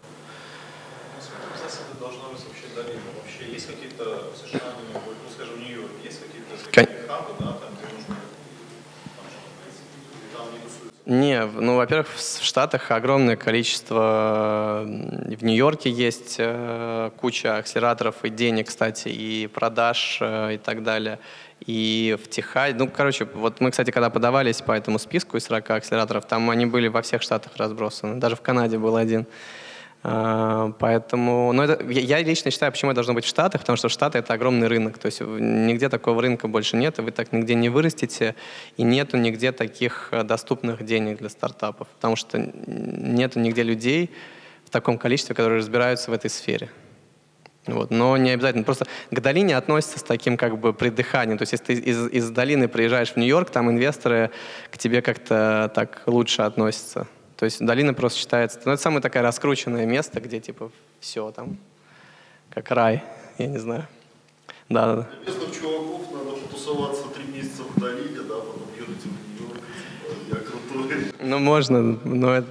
Не, ну, во-первых, в Штатах огромное количество, в Нью-Йорке есть куча акселераторов и денег, кстати, и продаж и так далее. И в Техасе, ну, короче, вот мы, кстати, когда подавались по этому списку из 40 акселераторов, там они были во всех штатах разбросаны, даже в Канаде был один. Поэтому, ну, это, я лично считаю, почему это должно быть в Штатах, потому что Штаты — это огромный рынок, то есть нигде такого рынка больше нет, и вы так нигде не вырастете, и нету нигде таких доступных денег для стартапов, потому что нету нигде людей в таком количестве, которые разбираются в этой сфере. Вот. Но не обязательно. Просто к долине относится с таким как бы придыханием. То есть если ты из долины приезжаешь в Нью-Йорк, там инвесторы к тебе как-то так лучше относятся. То есть долина просто считается... Ну, это самое такое раскрученное место, где типа все там как рай. Я не знаю. Да. Для местных чуваков надо потусоваться 3 месяца в долине, да, потом едете в Нью-Йорк, типа, я крутой. Ну, можно, но это...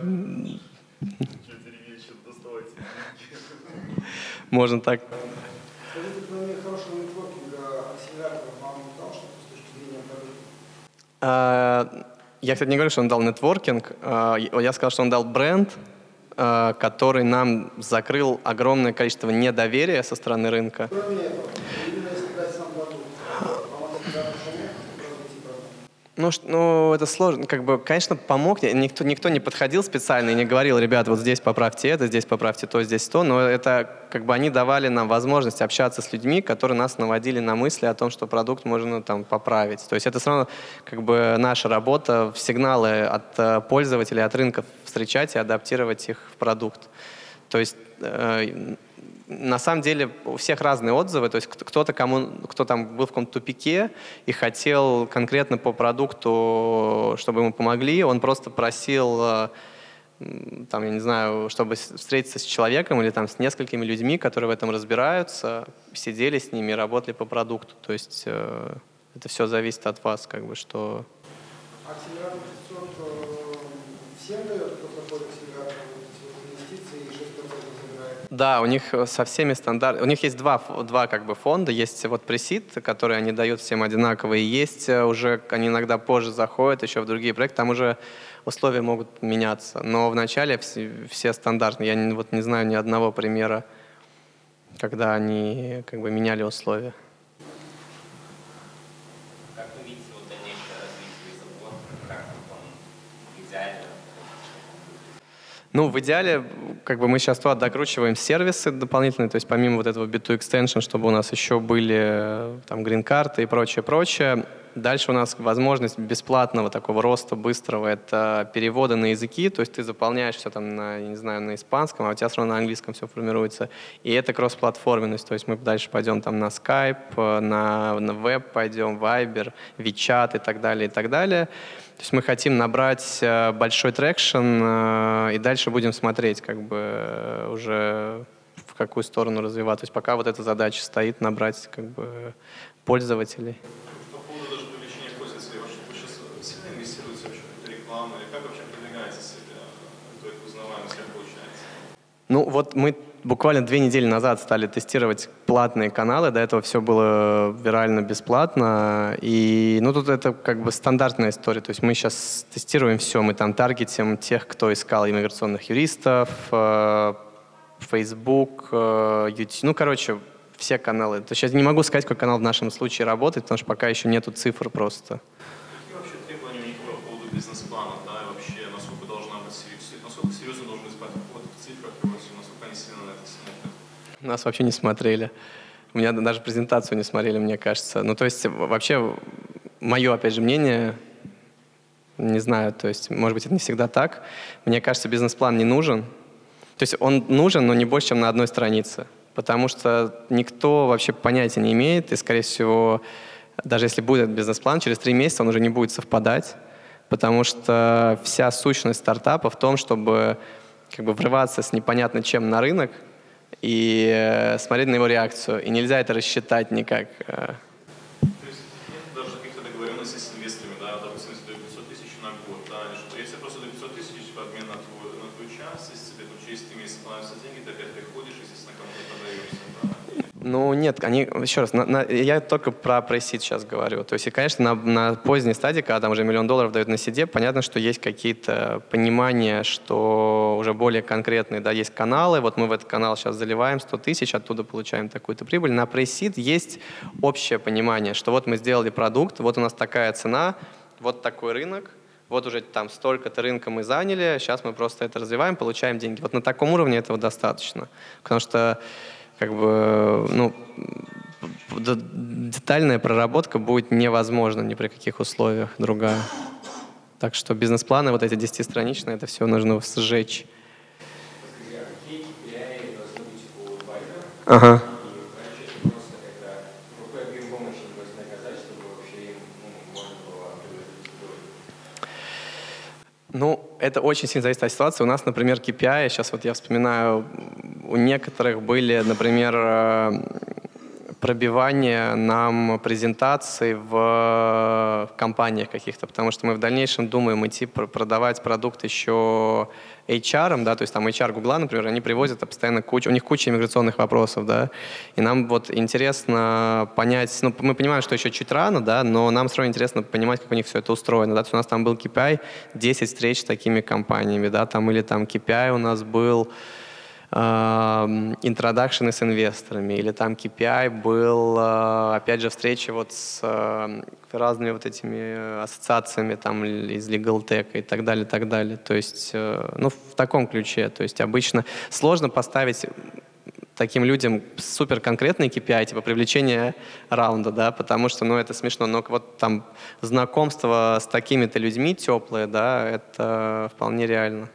Можно так. Скажите, при наличии хорошего нетворкинга акселератора вам дал что-то с точки зрения продукта? Я, кстати, не говорю, что он дал нетворкинг. Я сказал, что он дал бренд, который нам закрыл огромное количество недоверия со стороны рынка. Кроме этого, именно если дать сам продукт, вам акселератор помог развитие продукта? Ну, это сложно. Как бы, конечно, помог. Никто не подходил специально и не говорил, ребят, вот здесь поправьте это, здесь поправьте то, здесь то. Но это как бы они давали нам возможность общаться с людьми, которые нас наводили на мысли о том, что продукт можно там поправить. То есть это все равно как бы наша работа в сигналы от пользователей, от рынков встречать и адаптировать их в продукт. То есть на самом деле у всех разные отзывы, то есть кто там был в каком-то тупике и хотел конкретно по продукту, чтобы ему помогли, он просто просил, там, я не знаю, чтобы встретиться с человеком или там с несколькими людьми, которые в этом разбираются, сидели с ними и работали по продукту. То есть это все зависит от вас, как бы, что... Акселератор 500 всем дает, кто проходит акселератор, инвестиции и 6% забирает? Да, у них со всеми стандартами. У них есть два как бы фонда. Есть вот пресид, который они дают всем одинаковые. Есть уже, они иногда позже заходят еще в другие проекты. Там уже условия могут меняться. Но вначале все стандартные. Я вот не знаю ни одного примера, когда они как бы меняли условия. Как вы видите идеале? Ну, в идеале, как бы мы сейчас туда докручиваем сервисы дополнительные, то есть помимо вот этого B2 Extension, чтобы у нас еще были там грин-карты и прочее. Дальше у нас возможность бесплатного такого роста быстрого — это переводы на языки, то есть ты заполняешь все там на, я не знаю, на испанском, а у тебя все равно на английском все формируется. И это кросс-платформенность, то есть мы дальше пойдем там на Skype, на веб пойдем, Viber, WeChat и так далее, и так далее. То есть мы хотим набрать большой трекшн и дальше будем смотреть, как бы уже в какую сторону развивать. То есть пока вот эта задача стоит, набрать как бы пользователей. По поводу даже привлечения пользователей, вы сейчас сильно инвестируете вообще в эту рекламу или как вообще продвигаете себя, эту узнаваемость, как получается? Ну вот мы буквально 2 недели назад стали тестировать платные каналы, до этого все было вирально бесплатно, и ну тут это как бы стандартная история, то есть мы сейчас тестируем все, мы там таргетим тех, кто искал иммиграционных юристов, Facebook, YouTube, ну короче, все каналы. То есть я не могу сказать, какой канал в нашем случае работает, потому что пока еще нету цифр просто. Какие вообще требования у них по поводу бизнес-плана, да, и вообще, насколько должна быть насколько серьезно должен быть подход в цифрах, насколько они сильно на это смотрят? Нас вообще не смотрели. У меня даже презентацию не смотрели, мне кажется. Ну, то есть вообще, мое, опять же, мнение, не знаю, то есть, может быть, это не всегда так. Мне кажется, бизнес-план не нужен. То есть он нужен, но не больше, чем на одной странице. Потому что никто вообще понятия не имеет, и, скорее всего, даже если будет бизнес-план, через 3 месяца он уже не будет совпадать, потому что вся сущность стартапа в том, чтобы как бы врываться с непонятно чем на рынок и смотреть на его реакцию. И нельзя это рассчитать никак. То есть нет даже каких-то договоренностей с инвесторами, да, допустим, если дают 500 тысяч на год, да, или что-то. Если просто дают 500 тысяч в обмен на твою часть, если тебе через 3 месяца понравятся деньги, ты опять приходишь, естественно, кому-то продаешься, да. Ну нет, еще раз, я только про пресид сейчас говорю. То есть, и, конечно, на поздней стадии, когда там уже $1 миллион дают на сиде, понятно, что есть какие-то понимания, что уже более конкретные, да, есть каналы, вот мы в этот канал сейчас заливаем 100 тысяч, оттуда получаем такую-то прибыль. На пресид есть общее понимание, что вот мы сделали продукт, вот у нас такая цена, вот такой рынок, вот уже там столько-то рынка мы заняли, сейчас мы просто это развиваем, получаем деньги. Вот на таком уровне этого достаточно, потому что как бы, ну, детальная проработка будет невозможна ни при каких условиях другая. Так что бизнес-планы, вот эти 10-страничные, это все нужно сжечь. Какие KPI должны быть у Viber? Ага. И просто это какой объем помощи им должны оказать, чтобы вообще им можно было предложить? Ну, это очень сильно зависит от ситуации. У нас, например, KPI, сейчас вот я вспоминаю, у некоторых были, например, пробивание нам презентаций в компаниях каких-то, потому что мы в дальнейшем думаем идти продавать продукт еще HR, да, то есть там HR Гугла, например, они привозят постоянно у них куча иммиграционных вопросов, да, и нам вот интересно понять, ну, мы понимаем, что еще чуть рано, да, но нам все равно интересно понимать, как у них все это устроено, да, то есть у нас там был KPI 10 встреч с такими компаниями, да, там, или там KPI у нас был интродакшены с инвесторами, или там KPI был, опять же, встречи вот с разными вот этими ассоциациями там из Legal Tech и так далее, так далее. То есть, ну, в таком ключе. То есть обычно сложно поставить таким людям супер конкретные KPI, типа привлечение раунда, да, потому что, ну, это смешно, но вот там знакомство с такими-то людьми теплые, да, это вполне реально.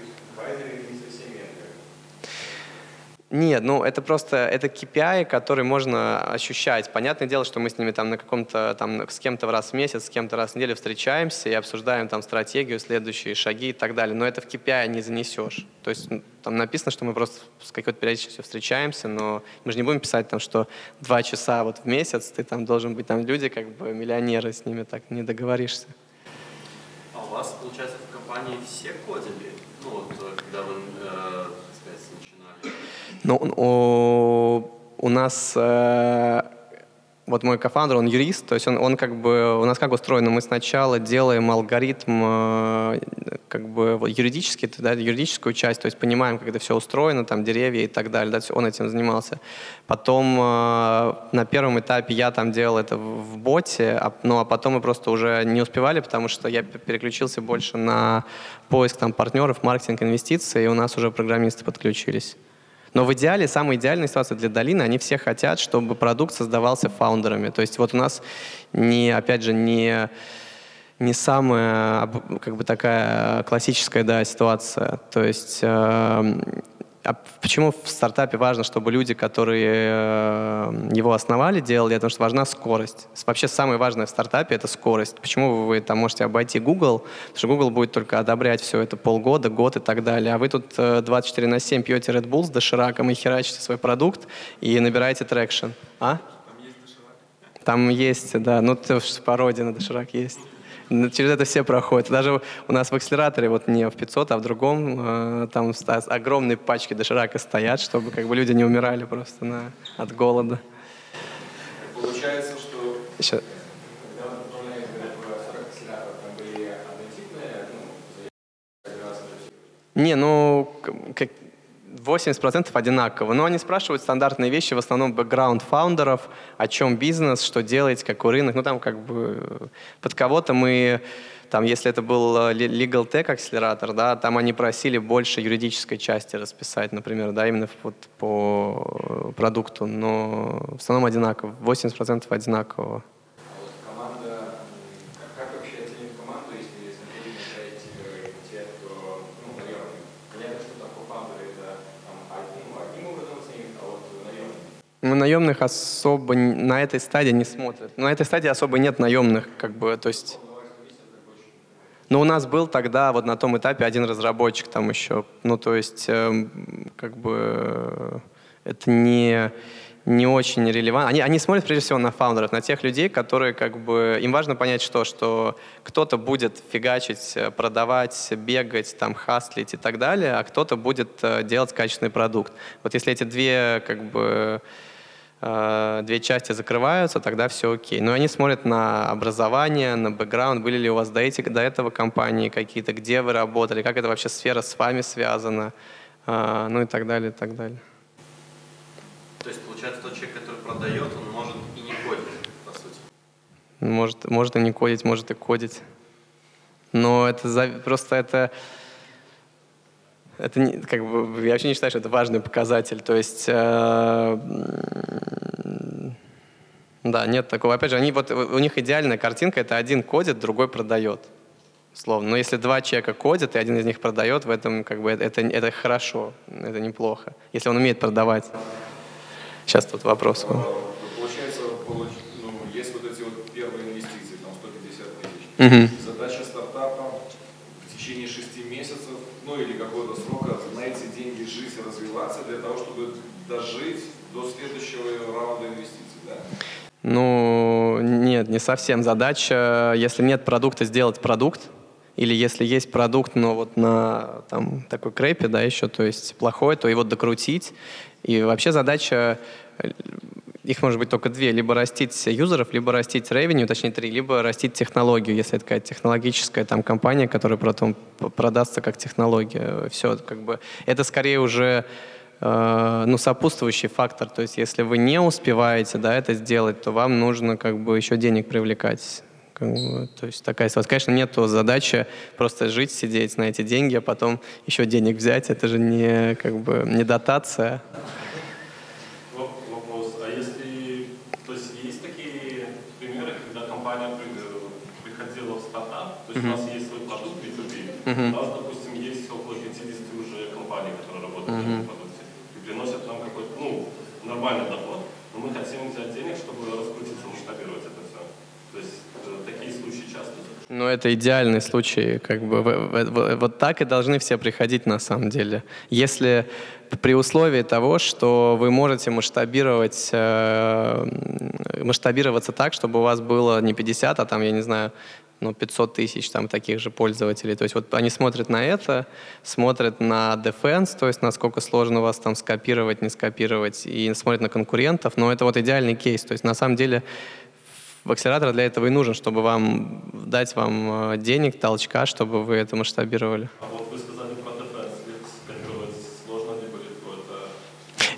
Нет, ну это просто, это KPI, который можно ощущать. Понятное дело, что мы с ними там на каком-то, там с кем-то раз в месяц, с кем-то раз в неделю встречаемся и обсуждаем там стратегию, следующие шаги и так далее. Но это в KPI не занесешь. То есть там написано, что мы просто с какой-то периодичностью встречаемся, но мы же не будем писать там, что 2 часа вот в месяц ты там должен быть, там люди как бы миллионеры, с ними так не договоришься. А у вас, получается, в компании все кодили? Ну вот, когда вы, так сказать, начинали? Ну, у нас вот мой кофаундер, он юрист, то есть он как бы, у нас как устроено, мы сначала делаем алгоритм как бы юридический, да, юридическую часть, то есть понимаем, как это все устроено, там деревья и так далее, да, он этим занимался. Потом на первом этапе я там делал это в боте, ну а потом мы просто уже не успевали, потому что я переключился больше на поиск там партнеров, маркетинг, инвестиции, и у нас уже программисты подключились. Но в идеале, самая идеальная ситуация для Долины, они все хотят, чтобы продукт создавался фаундерами. То есть вот у нас, опять же, не самая как бы такая классическая, да, ситуация. То есть почему в стартапе важно, чтобы люди, которые его основали, делали, потому что важна скорость. Вообще самое важное в стартапе — это скорость. Почему вы там можете обойти Google? Потому что Google будет только одобрять все это полгода, год и так далее. А вы тут 24/7 пьете Red Bull с дошираком и херачите свой продукт и набираете трекшн. А? Там есть, да. Ну, пародия на доширак есть. Через это все проходят. Даже у нас в акселераторе, вот не в 500, а в другом, там огромные пачки доширака стоят, чтобы как бы люди не умирали просто от голода. Получается, что... Еще. Когда вы управляете акселератором, там были однотипные, Не, ну, 80% одинаково. Но они спрашивают стандартные вещи, в основном бэкграунд фаундеров, о чем бизнес, что делаете, какой рынок. Ну, там как бы под кого-то мы, там, если это был Legal Tech акселератор, да, там они просили больше юридической части расписать, например, да, именно вот по продукту. Но в основном одинаково, 80% одинаково. Мы наемных особо на этой стадии не смотрят. На этой стадии особо нет наемных, как бы, то есть... Но у нас был тогда вот на том этапе один разработчик там еще. Ну, то есть, как бы, это не очень релевантно. Они смотрят прежде всего на фаундеров, на тех людей, которые как бы... Им важно понять, что кто-то будет фигачить, продавать, бегать, там, хаслить и так далее, а кто-то будет делать качественный продукт. Вот если эти две части закрываются, тогда все окей. Но они смотрят на образование, на бэкграунд, были ли у вас до этого компании какие-то, где вы работали, как эта вообще сфера с вами связана, ну и так далее, и так далее. То есть, получается, тот человек, который продает, он может и не кодить, по сути. Может и не кодить, может и кодить. Но это не, как бы, я вообще не считаю, что это важный показатель. То есть, да, нет такого. Опять же, у них идеальная картинка — это один кодит, другой продает. Словно. Но если два человека кодят, и один из них продает, в этом как бы это хорошо, это неплохо. Если он умеет продавать. Сейчас тут вопрос. Получается, есть вот эти вот первые инвестиции, там 150 тысяч. Задача стартапа в течение 6 месяцев, ну или какого-то срока на эти деньги жить и развиваться для того, чтобы дожить до следующего раунда инвестиций, да? Ну, нет, не совсем. Задача, если нет продукта, сделать продукт. Или если есть продукт, но вот на там, такой крэпе, да, еще, то есть плохой, то его докрутить. И вообще задача, их может быть только две, либо растить юзеров, либо растить revenue, точнее 3, либо растить технологию, если это какая-то технологическая там компания, которая потом продастся как технология. Все, как бы, это скорее уже сопутствующий фактор. То есть если вы не успеваете, да, это сделать, то вам нужно как бы еще денег привлекать. То есть такая ситуация. Конечно, нет задачи просто жить, сидеть на эти деньги, а потом еще денег взять. Это же не, как бы, не дотация. Вопрос. А если... То есть есть такие примеры, когда компания приходила в стартап, то есть у нас есть свой продукт B2B, у нас, допустим, есть около 50 уже компаний, которые работают на этом продукте, и приносят нам какой-то, нормальный доход, но мы хотим взять денег, чтобы раскрутиться, масштабировать это все. То есть такие случаи часто. Ну, это идеальный случай. Как бы, вот так и должны все приходить на самом деле. Если при условии того, что вы можете масштабироваться так, чтобы у вас было не 50, а там, я не знаю, 500 тысяч там таких же пользователей. То есть вот они смотрят на это, смотрят на defense, то есть насколько сложно вас там скопировать, не скопировать, и смотрят на конкурентов. Но это вот идеальный кейс. То есть на самом деле акселератор для этого и нужен, чтобы дать вам денег, толчка, чтобы вы это масштабировали. А вот вы сказали про defense, скопировать сложно ли будет это?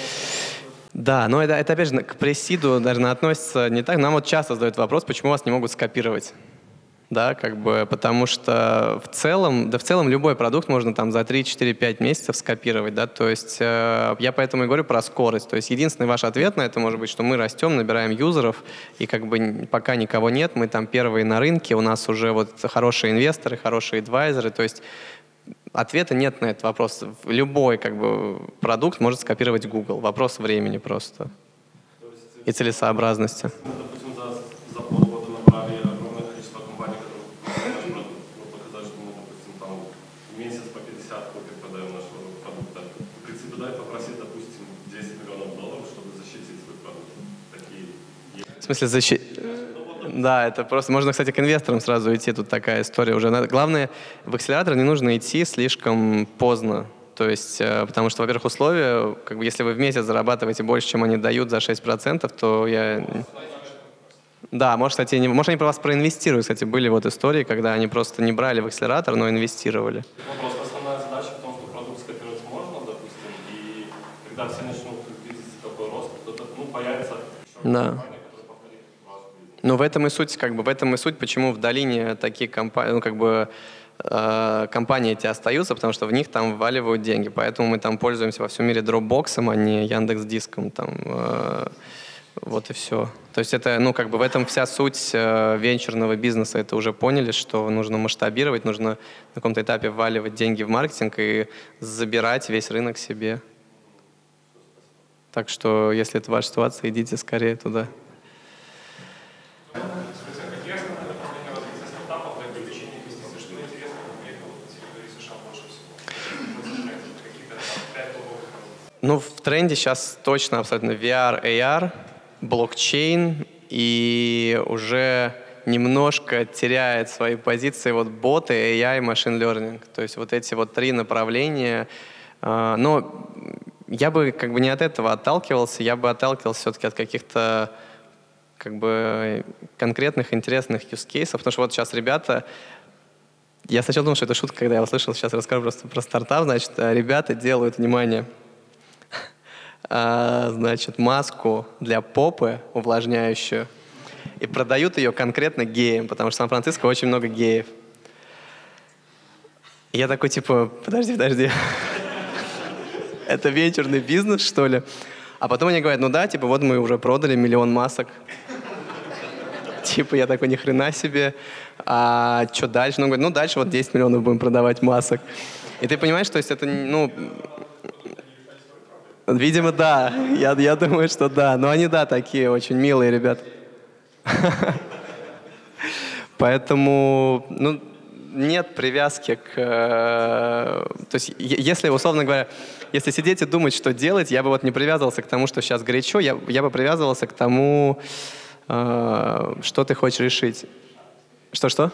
Да, но это опять же к пресиду, наверное, относится не так. Нам вот часто задают вопрос, почему вас не могут скопировать. Да, потому что в целом любой продукт можно там за 3, 4, 5 месяцев скопировать, да, то есть я поэтому и говорю про скорость, то есть единственный ваш ответ на это может быть, что мы растем, набираем юзеров, и пока никого нет, мы там первые на рынке, у нас уже вот хорошие инвесторы, хорошие адвайзеры, то есть ответа нет на этот вопрос. Любой продукт может скопировать Google, вопрос времени просто и целесообразности. Допустим, за полгода набрали огромное количество компаний, которые показали, что мы, допустим, там в месяц по 50 копий продаем нашего продукта. В принципе, попросить, допустим, $10 миллионов, чтобы защитить свой продукт. Такие есть. В смысле защитить? Да, это просто... Можно, кстати, к инвесторам сразу идти, тут такая история уже. Главное, в акселератор не нужно идти слишком поздно. То есть, потому что, во-первых, условия, если вы в месяц зарабатываете больше, чем они дают за 6%, то я... Да, может, они про вас проинвестируют. Кстати, были вот истории, когда они просто не брали в акселератор, но инвестировали. Просто основная задача в том, что продукт скопировать можно, допустим, и когда все начнут видеть такой рост, то появится да. компания, которая повторит ваш бизнес. Ну, в этом и суть, почему в долине такие компании, компании эти остаются, потому что в них там вваливают деньги. Поэтому мы там пользуемся во всем мире Dropbox, а не Яндекс.Диском. Вот и все. То есть это, в этом вся суть венчурного бизнеса. Это уже поняли, что нужно масштабировать, нужно на каком-то этапе вваливать деньги в маркетинг и забирать весь рынок себе. Так что, если это ваша ситуация, идите скорее туда. В тренде сейчас точно абсолютно VR, AR, блокчейн, и уже немножко теряет свои позиции боты, AI, machine learning. То есть вот эти три направления. Но я бы не от этого отталкивался, я бы отталкивался все-таки от каких-то конкретных интересных use cases, потому что вот сейчас ребята... Я сначала думал, что это шутка, когда я услышал, сейчас расскажу просто про стартап. Значит, ребята делают, внимание, маску для попы увлажняющую и продают ее конкретно геям, потому что в Сан-Франциско очень много геев. И я такой, подожди. Это венчурный бизнес, что ли? А потом они говорят, вот мы уже продали 1 миллион масок. Я такой, ни хрена себе. А что дальше? Он говорит, дальше 10 миллионов будем продавать масок. И ты понимаешь, то есть это, видимо, да. Я думаю, что да. Но они, такие очень милые ребята. Поэтому, нет привязки к... То есть, если, условно говоря, если сидеть и думать, что делать, я бы не привязывался к тому, что сейчас горячо, я бы привязывался к тому, что ты хочешь решить. Что?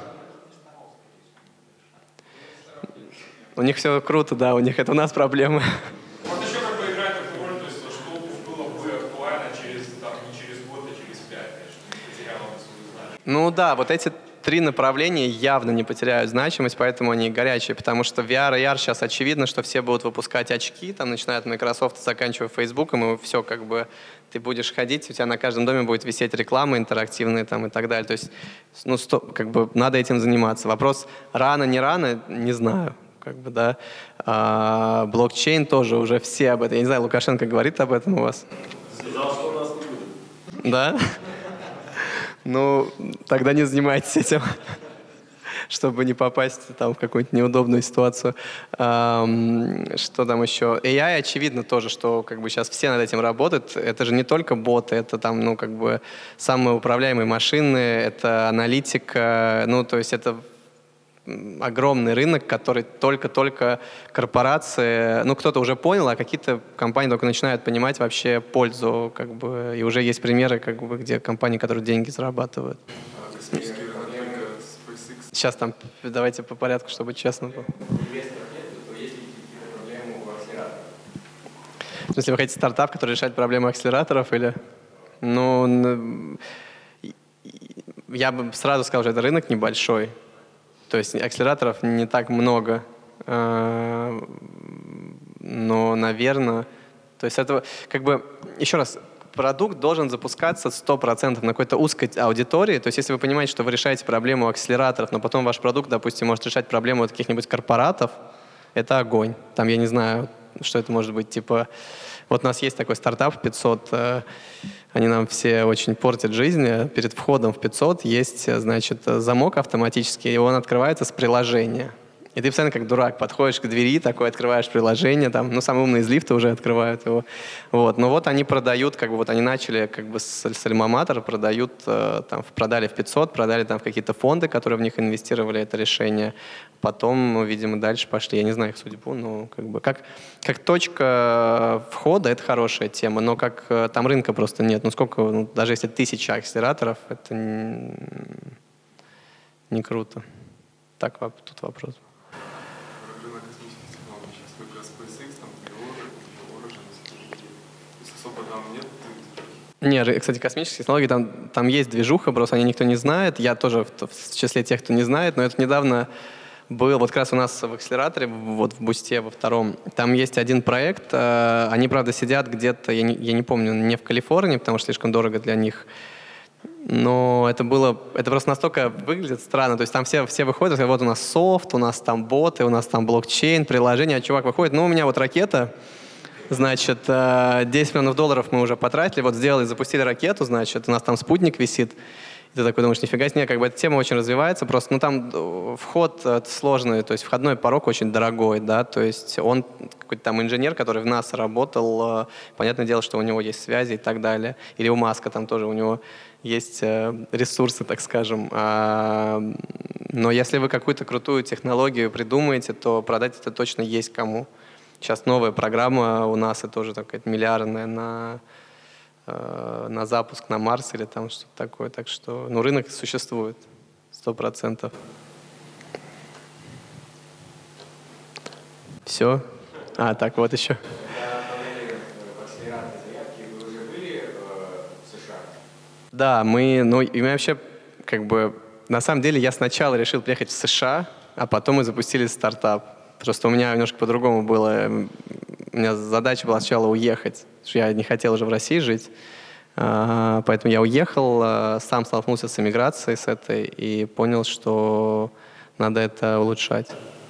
У них все круто, да, это у нас проблемы. Вот еще играет такую роль, то есть что было бы актуально не через год, а через 5, конечно, потеряло бы свою значимость. Да, вот эти 3 направления явно не потеряют значимость, поэтому они горячие, потому что VR и AR сейчас очевидно, что все будут выпускать очки, начиная от Microsoft, заканчивая Facebook, и все ты будешь ходить, у тебя на каждом доме будет висеть реклама интерактивная и так далее. То есть, надо этим заниматься. Вопрос, рано, не рано, не знаю. Да. Блокчейн тоже уже все об этом. Я не знаю, Лукашенко говорит об этом у вас? Сказал, что у нас не будет. Да? Тогда не занимайтесь этим, чтобы не попасть в какую-нибудь неудобную ситуацию. Что там еще? AI, очевидно тоже, что сейчас все над этим работают. Это же не только боты, это самые управляемые машины, это аналитика, то есть это огромный рынок, который только корпорации, кто-то уже понял, а какие-то компании только начинают понимать вообще пользу, и уже есть примеры, где компании, которые деньги зарабатывают. Космический рынок только Сейчас там давайте по порядку, чтобы честно было. Инвесторов нет, то есть ли какие-то проблемы у акселераторов? Если вы хотите стартап, который решает проблемы акселераторов, или... Ну, я бы сразу сказал, что это рынок небольшой. То есть акселераторов не так много. Но, наверное... То есть это как бы... Еще раз, продукт должен запускаться 100% на какой-то узкой аудитории. То есть если вы понимаете, что вы решаете проблему акселераторов, но потом ваш продукт, допустим, может решать проблему каких-нибудь корпоратов, это огонь. Там, я не знаю, что это может быть, типа... Вот у нас есть такой стартап 500, они нам все очень портят жизнь. Перед входом в 500 есть, значит, замок автоматический, и он открывается с приложения. И ты постоянно как дурак подходишь к двери, такой открываешь приложение, там, ну, самые умные из лифта уже открывают его. Вот. Но вот они продают, как бы, вот они начали как бы с Альма-Матер, продают, там, продали в 500, продали там в какие-то фонды, которые в них инвестировали это решение. Потом, видимо, дальше пошли, я не знаю их судьбу, но как бы как точка входа это хорошая тема, но как там рынка просто нет. Ну, сколько, ну, даже если 1000 акселераторов, это не круто. Так, тут вопрос. Нет, кстати, космические технологии, там есть движуха, просто они никто не знает. Я тоже в числе тех, кто не знает, но это недавно был, вот как раз у нас в акселераторе, вот в Бусте, во втором, там есть один проект, они, правда, сидят где-то, я не помню, не в Калифорнии, потому что слишком дорого для них, но это просто настолько выглядит странно, то есть там все выходят, вот у нас софт, у нас там боты, у нас там блокчейн, приложение, а чувак выходит, ну, у меня вот ракета, значит, 10 миллионов долларов мы уже потратили, вот сделали, запустили ракету, значит, у нас там спутник висит. И ты такой думаешь, нифига себе, как бы эта тема очень развивается, просто, ну, там вход сложный, то есть входной порог очень дорогой, да, то есть он какой-то там инженер, который в НАСА работал, понятное дело, что у него есть связи и так далее. Или у Маска там тоже, у него есть ресурсы, так скажем. Но если вы какую-то крутую технологию придумаете, то продать это точно есть кому. Сейчас новая программа у нас, и тоже такая миллиардная на запуск на Марс или там что-то такое. Так что, ну, рынок существует 100%. Все? Так, вот еще. Да, и мы вообще, как бы, на самом деле, я сначала решил приехать в США, а потом мы запустили стартап. Просто у меня немножко по-другому было. У меня задача была сначала уехать, потому что я не хотел уже в России жить. Поэтому я уехал, сам столкнулся с эмиграцией с этой и понял, что надо это улучшать.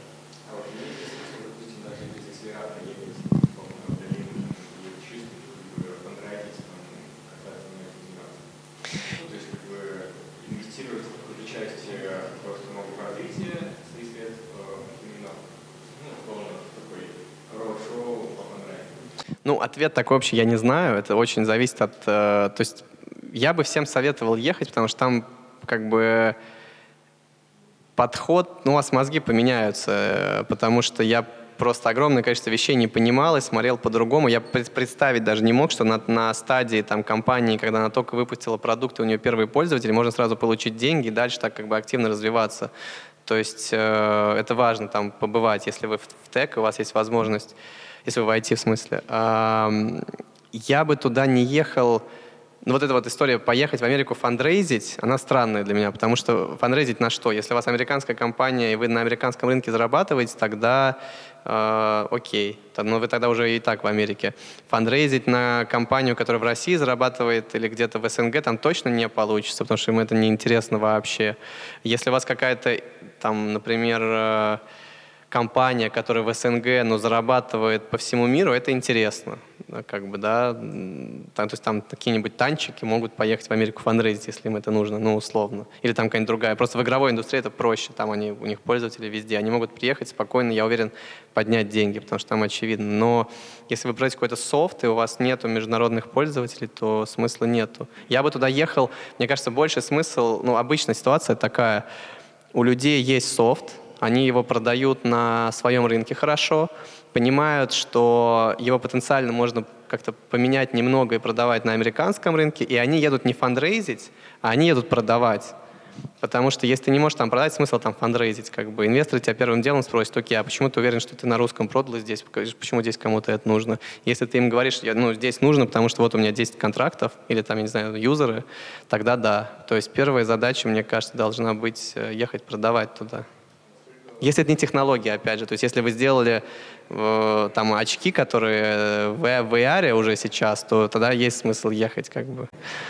Ну, ответ такой общий я не знаю. Это очень зависит от... То есть я бы всем советовал ехать, потому что там как бы подход... Ну, у вас мозги поменяются, потому что я просто огромное количество вещей не понимал и смотрел по-другому. Я представить даже не мог, что на стадии там, компании, когда она только выпустила продукты, у нее первые пользователи, можно сразу получить деньги и дальше так как бы активно развиваться. То есть это важно там побывать, если вы в тег, у вас есть возможность... Если вы в IT, в смысле. Я бы туда не ехал... Ну, вот эта вот история поехать в Америку фандрейзить, она странная для меня, потому что фандрейзить на что? Если у вас американская компания, и вы на американском рынке зарабатываете, тогда окей. Но вы тогда уже и так в Америке. Фандрейзить на компанию, которая в России зарабатывает, или где-то в СНГ, там точно не получится, потому что им это неинтересно вообще. Если у вас какая-то, там, например... компания, которая в СНГ, но зарабатывает по всему миру, это интересно. Как бы, да. То есть там какие-нибудь танчики могут поехать в Америку фандрейзить, если им это нужно, ну, условно. Или там какая-нибудь другая. Просто в игровой индустрии это проще. Там у них пользователи везде. Они могут приехать спокойно, я уверен, поднять деньги, потому что там очевидно. Но если вы продаете какой-то софт, и у вас нету международных пользователей, то смысла нету. Я бы туда ехал, мне кажется, больше смысл... Ну, обычная ситуация такая. У людей есть софт, они его продают на своем рынке хорошо, понимают, что его потенциально можно как-то поменять немного и продавать на американском рынке, и они едут не фандрейзить, а они едут продавать. Потому что если ты не можешь там продать, смысл там фандрейзить. Как бы инвесторы тебя первым делом спросят: окей, а почему ты уверен, что ты на русском продал здесь? Почему здесь кому-то это нужно? Если ты им говоришь: здесь нужно, потому что вот у меня 10 контрактов, или там, я не знаю, юзеры, тогда да. То есть первая задача, мне кажется, должна быть ехать продавать туда. Если это не технология, опять же. То есть если вы сделали там очки, которые в VR уже сейчас, то тогда есть смысл ехать как бы.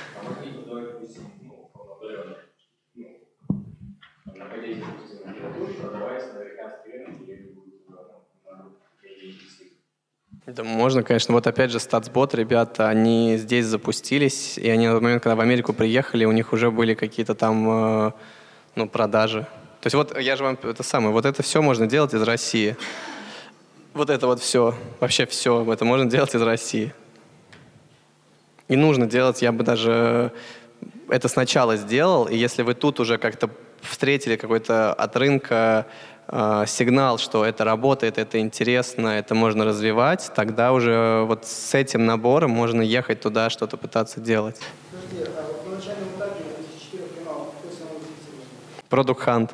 Да, можно, конечно. Вот опять же StatsBot, ребята, они здесь запустились, и они на тот момент, когда в Америку приехали, у них уже были какие-то там продажи. То есть вот я же вам вот это все можно делать из России. Вот это вот все, вообще все, это можно делать из России. И нужно делать, я бы даже это сначала сделал, и если вы тут уже как-то встретили какой-то от рынка сигнал, что это работает, это интересно, это можно развивать, тогда уже вот с этим набором можно ехать туда, что-то пытаться делать. Подожди, а вот на начальном этапе из 4 каналов какой самый эффективный? Product Hunt.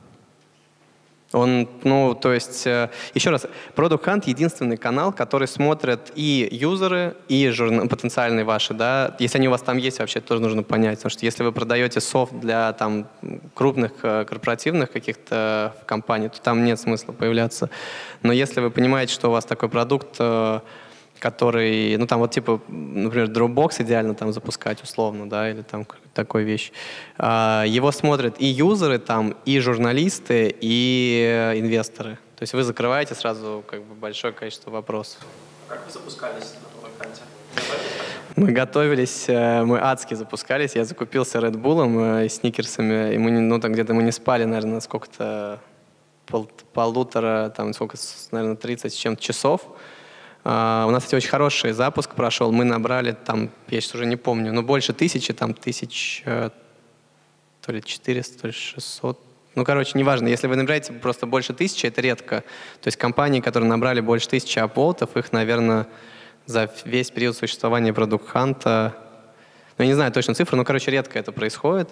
Он, то есть, еще раз, Product Hunt — единственный канал, который смотрят и юзеры, и потенциальные ваши, да, если они у вас там есть, вообще тоже нужно понять, потому что если вы продаете софт для там крупных корпоративных каких-то компаний, то там нет смысла появляться. Но если вы понимаете, что у вас такой продукт, который, там вот типа, например, Dropbox идеально там запускать условно, да, или там такой вещь. Его смотрят и юзеры там, и журналисты, и инвесторы. То есть вы закрываете сразу как бы большое количество вопросов. Как вы запускались на Product Hunt? Мы готовились, мы адски запускались. Я закупился Red Bull'ом и сникерсами, и мы, там где-то мы не спали, наверное, сколько-то полутора, там сколько, наверное, 30 с чем-то часов. У нас, кстати, очень хороший запуск прошел. Мы набрали там, я сейчас уже не помню, но больше 1000, там 1000, то ли 400, то ли 600. Неважно. Если вы набираете просто больше 1000, это редко. То есть компании, которые набрали больше 1000 апвотов, их, наверное, за весь период существования Product Hunt, я не знаю точно цифру, редко это происходит.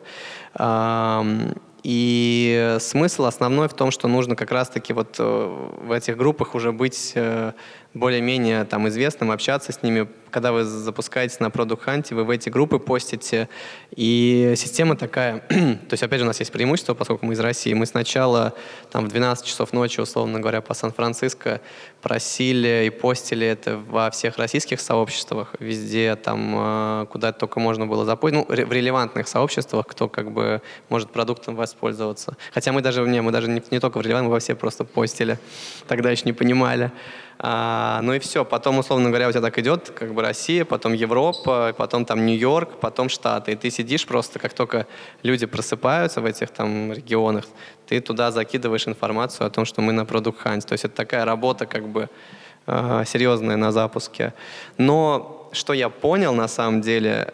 И смысл основной в том, что нужно как раз-таки вот в этих группах уже быть более-менее там известным, общаться с ними. Когда вы запускаетесь на Product Hunt, вы в эти группы постите. И система такая, то есть опять же у нас есть преимущество, поскольку мы из России. Мы сначала там в 12 часов ночи, условно говоря, по Сан-Франциско просили и постили это во всех российских сообществах, везде там, куда только можно было запостить, в релевантных сообществах, кто как бы может продуктом воспользоваться. Хотя мы даже не только в релевантных, мы во все просто постили. Тогда еще не понимали. И все. Потом, условно говоря, у тебя так идет, как бы Россия, потом Европа, потом там Нью-Йорк, потом Штаты. И ты сидишь просто, как только люди просыпаются в этих там регионах, ты туда закидываешь информацию о том, что мы на Product Hunt. То есть это такая работа как бы серьезная на запуске. Но что я понял на самом деле,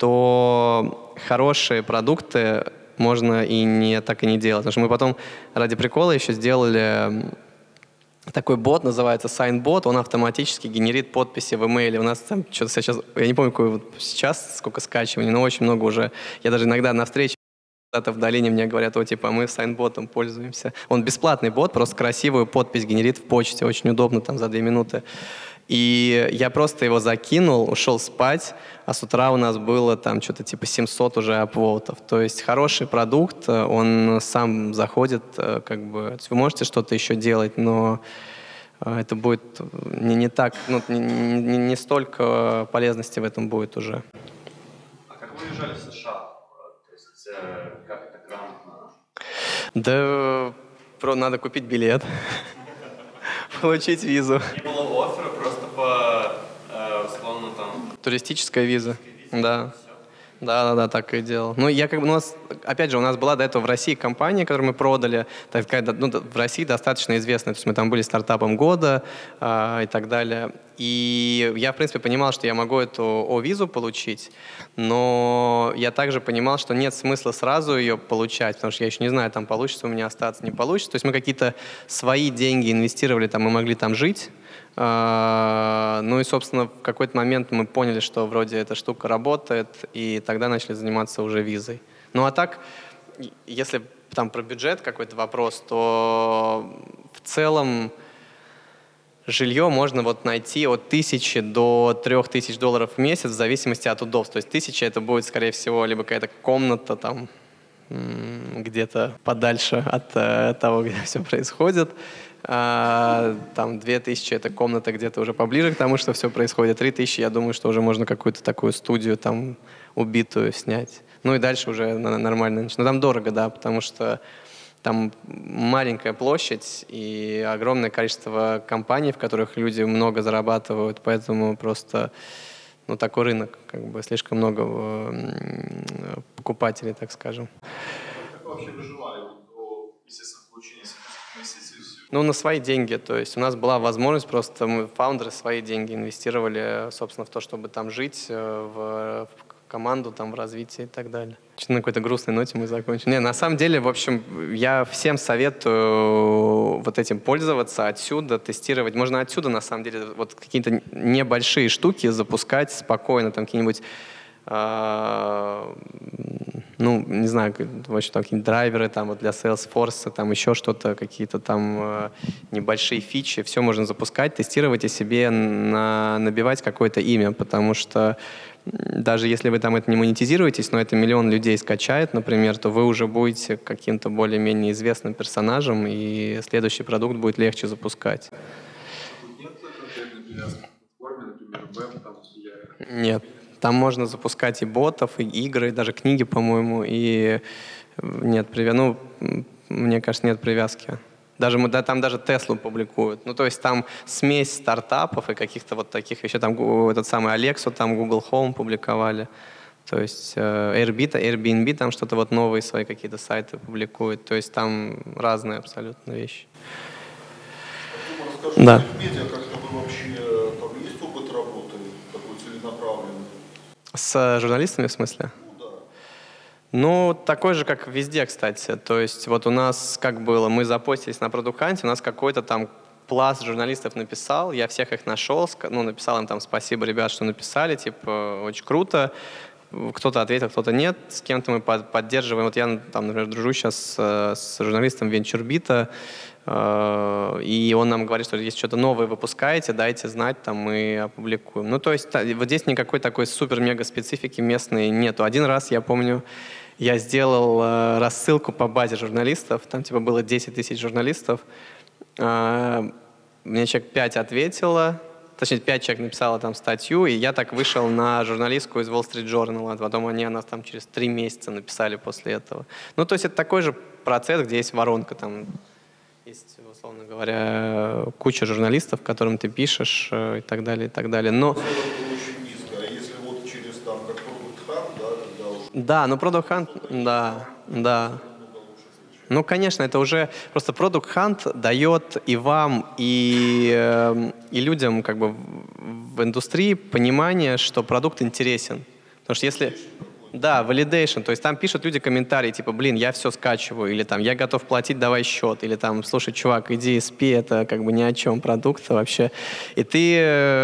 что хорошие продукты можно так и не делать. Потому что мы потом ради прикола еще сделали такой бот, называется SignBot, он автоматически генерит подписи в имейле. У нас там что-то сейчас, я не помню, сейчас сколько скачиваний, но очень много уже. Я даже иногда на встрече в долине мне говорят: мы SignBot'ом пользуемся. Он бесплатный бот, просто красивую подпись генерит в почте, очень удобно, там за 2 минуты. И я просто его закинул, ушел спать, а с утра у нас было там что-то типа 700 уже апвотов. То есть хороший продукт, он сам заходит, как бы. Вы можете что-то еще делать, но это будет не так, не столько полезности в этом будет уже. А как вы уезжали в США? То есть как это грамотно? Да, надо купить билет, получить визу. Не было оффера просто по, условно, там... Туристическая виза, да. Да, так и делал. Опять же, у нас была до этого в России компания, которую мы продали, в России достаточно известная, то есть мы там были стартапом года и так далее. И я, в принципе, понимал, что я могу эту О-визу получить, но я также понимал, что нет смысла сразу ее получать, потому что я еще не знаю, там получится у меня остаться, не получится. То есть мы какие-то свои деньги инвестировали, мы могли там жить. И, собственно, в какой-то момент мы поняли, что вроде эта штука работает, и тогда начали заниматься уже визой. А так, если там про бюджет какой-то вопрос, то в целом жилье можно вот найти от 1000 до $3000 в месяц в зависимости от удобств. То есть 1000 это будет, скорее всего, либо какая-то комната там где-то подальше от того, где все происходит. Там 2000 это комната где-то уже поближе к тому, что все происходит. 3000, я думаю, что уже можно какую-то такую студию там убитую снять. Ну и дальше уже нормально. Но там дорого, да, потому что там маленькая площадь и огромное количество компаний, в которых люди много зарабатывают, поэтому просто такой рынок, как бы слишком много покупателей, так скажем. Как вы вообще выживали до, естественно, получения инвестиций? На свои деньги. То есть у нас была возможность, просто мы, фаундеры, свои деньги инвестировали, собственно, в то, чтобы там жить, в команду, там, в развитие и так далее. На какой-то грустной ноте мы закончим. На самом деле, в общем, я всем советую вот этим пользоваться, отсюда тестировать. Можно отсюда, на самом деле, вот какие-то небольшие штуки запускать спокойно, там какие-нибудь, не знаю, в общем, там какие-нибудь драйверы там, вот для Salesforce, там еще что-то, какие-то там небольшие фичи. Все можно запускать, тестировать и себе набивать какое-то имя, потому что даже если вы там это не монетизируетесь, но это миллион людей скачает, например, то вы уже будете каким-то более-менее известным персонажем, и следующий продукт будет легче запускать. Нет конкретной привязки к платформе, например, веб, там, для... Нет. Там можно запускать и ботов, и игры, и даже книги, по-моему, и нет привязки. Мне кажется, нет привязки. Там даже Теслу публикуют. То есть там смесь стартапов и каких-то вот таких вещей. Там этот самый Алексу, там Google Home публиковали. То есть Airbnb там что-то вот новые свои какие-то сайты публикует. То есть там разные абсолютно вещи. Расскажите, да. В медиа как-то вы вообще, там есть опыт работы такой целенаправленный? С журналистами в смысле? Такой же, как везде, кстати. То есть вот у нас как было, мы запостились на Product Hunt, у нас какой-то там пласт журналистов написал, я всех их нашел, написал им там спасибо, ребят, что написали, типа, очень круто. Кто-то ответил, кто-то нет. С кем-то мы поддерживаем. Вот я там, например, дружу сейчас с журналистом VentureBeat, и он нам говорит, что если что-то новое выпускаете, дайте знать, там мы опубликуем. То есть вот здесь никакой такой супер-мега специфики местной нету. Один раз, я помню, я сделал рассылку по базе журналистов, там типа было 10 тысяч журналистов. Мне человек 5 ответило, точнее 5 человек написало там статью, и я так вышел на журналистку из Wall Street Journal, а потом они о нас там через 3 месяца написали после этого. То есть это такой же процесс, где есть воронка, там есть, условно говоря, куча журналистов, которым ты пишешь и так далее, и так далее. Но... очень низко. А если вот через там, как Product Hunt, да, когда уже... Да, Product Hunt, да. Конечно, это уже просто Product Hunt дает и вам, и людям как бы в индустрии понимание, что продукт интересен. Потому что если... Да, validation, то есть там пишут люди комментарии, типа, я все скачиваю, или там, я готов платить, давай счет, или там, слушай, чувак, иди спи, это как бы ни о чем продукт вообще. И ты,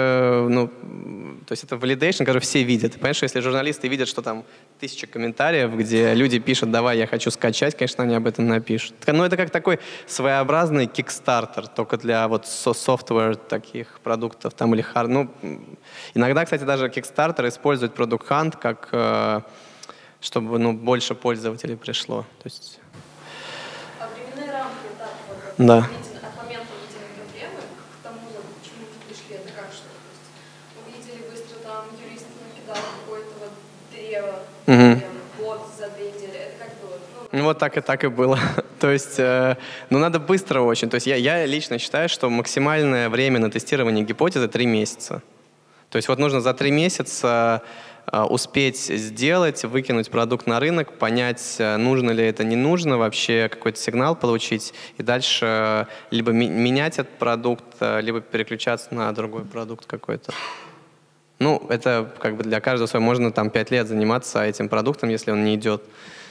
то есть это validation, который все видят. Ты понимаешь, что если журналисты видят, что там 1000 комментариев, где люди пишут, давай, я хочу скачать, конечно, они об этом напишут. Это как такой своеобразный Kickstarter, только для вот software таких продуктов, там, или hard, иногда, кстати, даже Kickstarter использует Product Hunt как чтобы больше пользователей пришло. То есть... А временные рамки да. От момента увидения проблемы к тому, к чему вы пришли, это как что? То есть увидели быстро, там юрист накидал какое-то древо, год за 2 недели. Это как было? Вот так и было. То есть, надо быстро очень. То есть я лично считаю, что максимальное время на тестирование гипотезы 3 месяца. То есть вот нужно за 3 месяца успеть сделать, выкинуть продукт на рынок, понять, нужно ли это, не нужно, вообще какой-то сигнал получить, и дальше либо менять этот продукт, либо переключаться на другой продукт какой-то. Это как бы для каждого свой. Можно там 5 лет заниматься этим продуктом, если он не идет.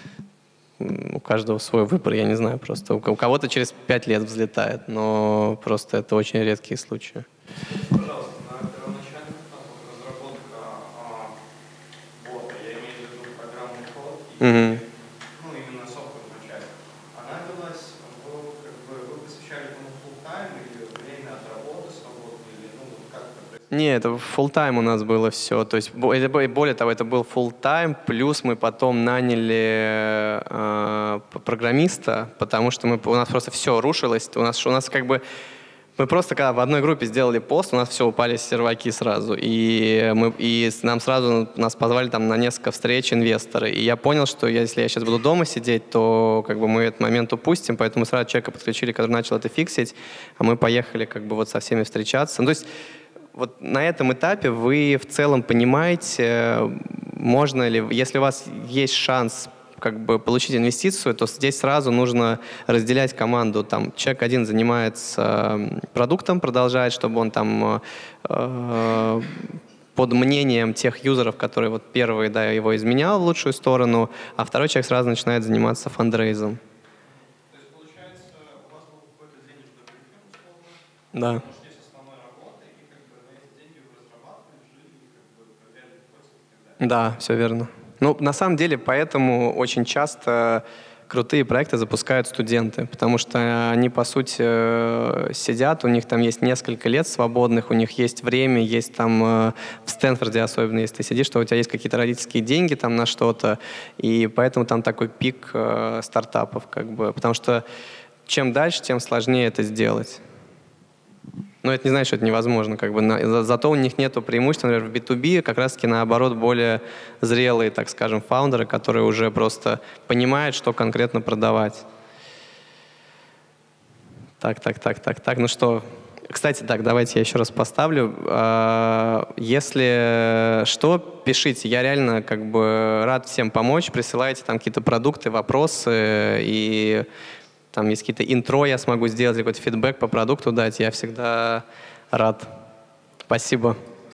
У каждого свой выбор, я не знаю, просто. У кого-то через 5 лет взлетает, но просто это очень редкие случаи. Пожалуйста, на первоначальных этапах разработка бота, я имею в виду программный код, именно software Не, это full time у нас было все. То есть, более того, это был full time, плюс мы потом наняли программиста, потому что у нас просто все рушилось. У нас как бы мы просто когда в одной группе сделали пост, у нас все упали серваки сразу. И нам сразу нас позвали там на несколько встреч инвесторы. И я понял, что если я сейчас буду дома сидеть, то как бы мы этот момент упустим. Поэтому сразу человека подключили, который начал это фиксить, а мы поехали как бы вот со всеми встречаться. Ну, то есть вот на этом этапе вы в целом понимаете, можно ли, если у вас есть шанс как бы получить инвестицию, то здесь сразу нужно разделять команду. Там человек один занимается продуктом, продолжает, чтобы он там под мнением тех юзеров, которые вот первый, да, его изменял в лучшую сторону, а второй человек сразу начинает заниматься фандрейзом. То есть, получается, у вас был какой-то денежный брифинг, условно? Да. Потому что есть основная работа, и как бы на эти деньги вы разрабатывали, жили, и как бы проверяли гипотезы и так далее. Да, все верно. Ну, на самом деле, поэтому очень часто крутые проекты запускают студенты, потому что они, по сути, сидят, у них там есть несколько лет свободных, у них есть время, есть там в Стэнфорде особенно, если ты сидишь, что у тебя есть какие-то родительские деньги там на что-то, и поэтому там такой пик стартапов, как бы, потому что чем дальше, тем сложнее это сделать. Но это не значит, что это невозможно. Как бы, зато у них нет преимущества, например, в B2B как раз-таки наоборот более зрелые, так скажем, фаундеры, которые уже просто понимают, что конкретно продавать. Так. Ну что, кстати, так, давайте я еще раз поставлю. Если что, пишите. Я реально как бы рад всем помочь. Присылайте там какие-то продукты, вопросы и... Там есть какие-то интро, я смогу сделать, какой-то фидбэк по продукту дать. Я всегда рад. Спасибо.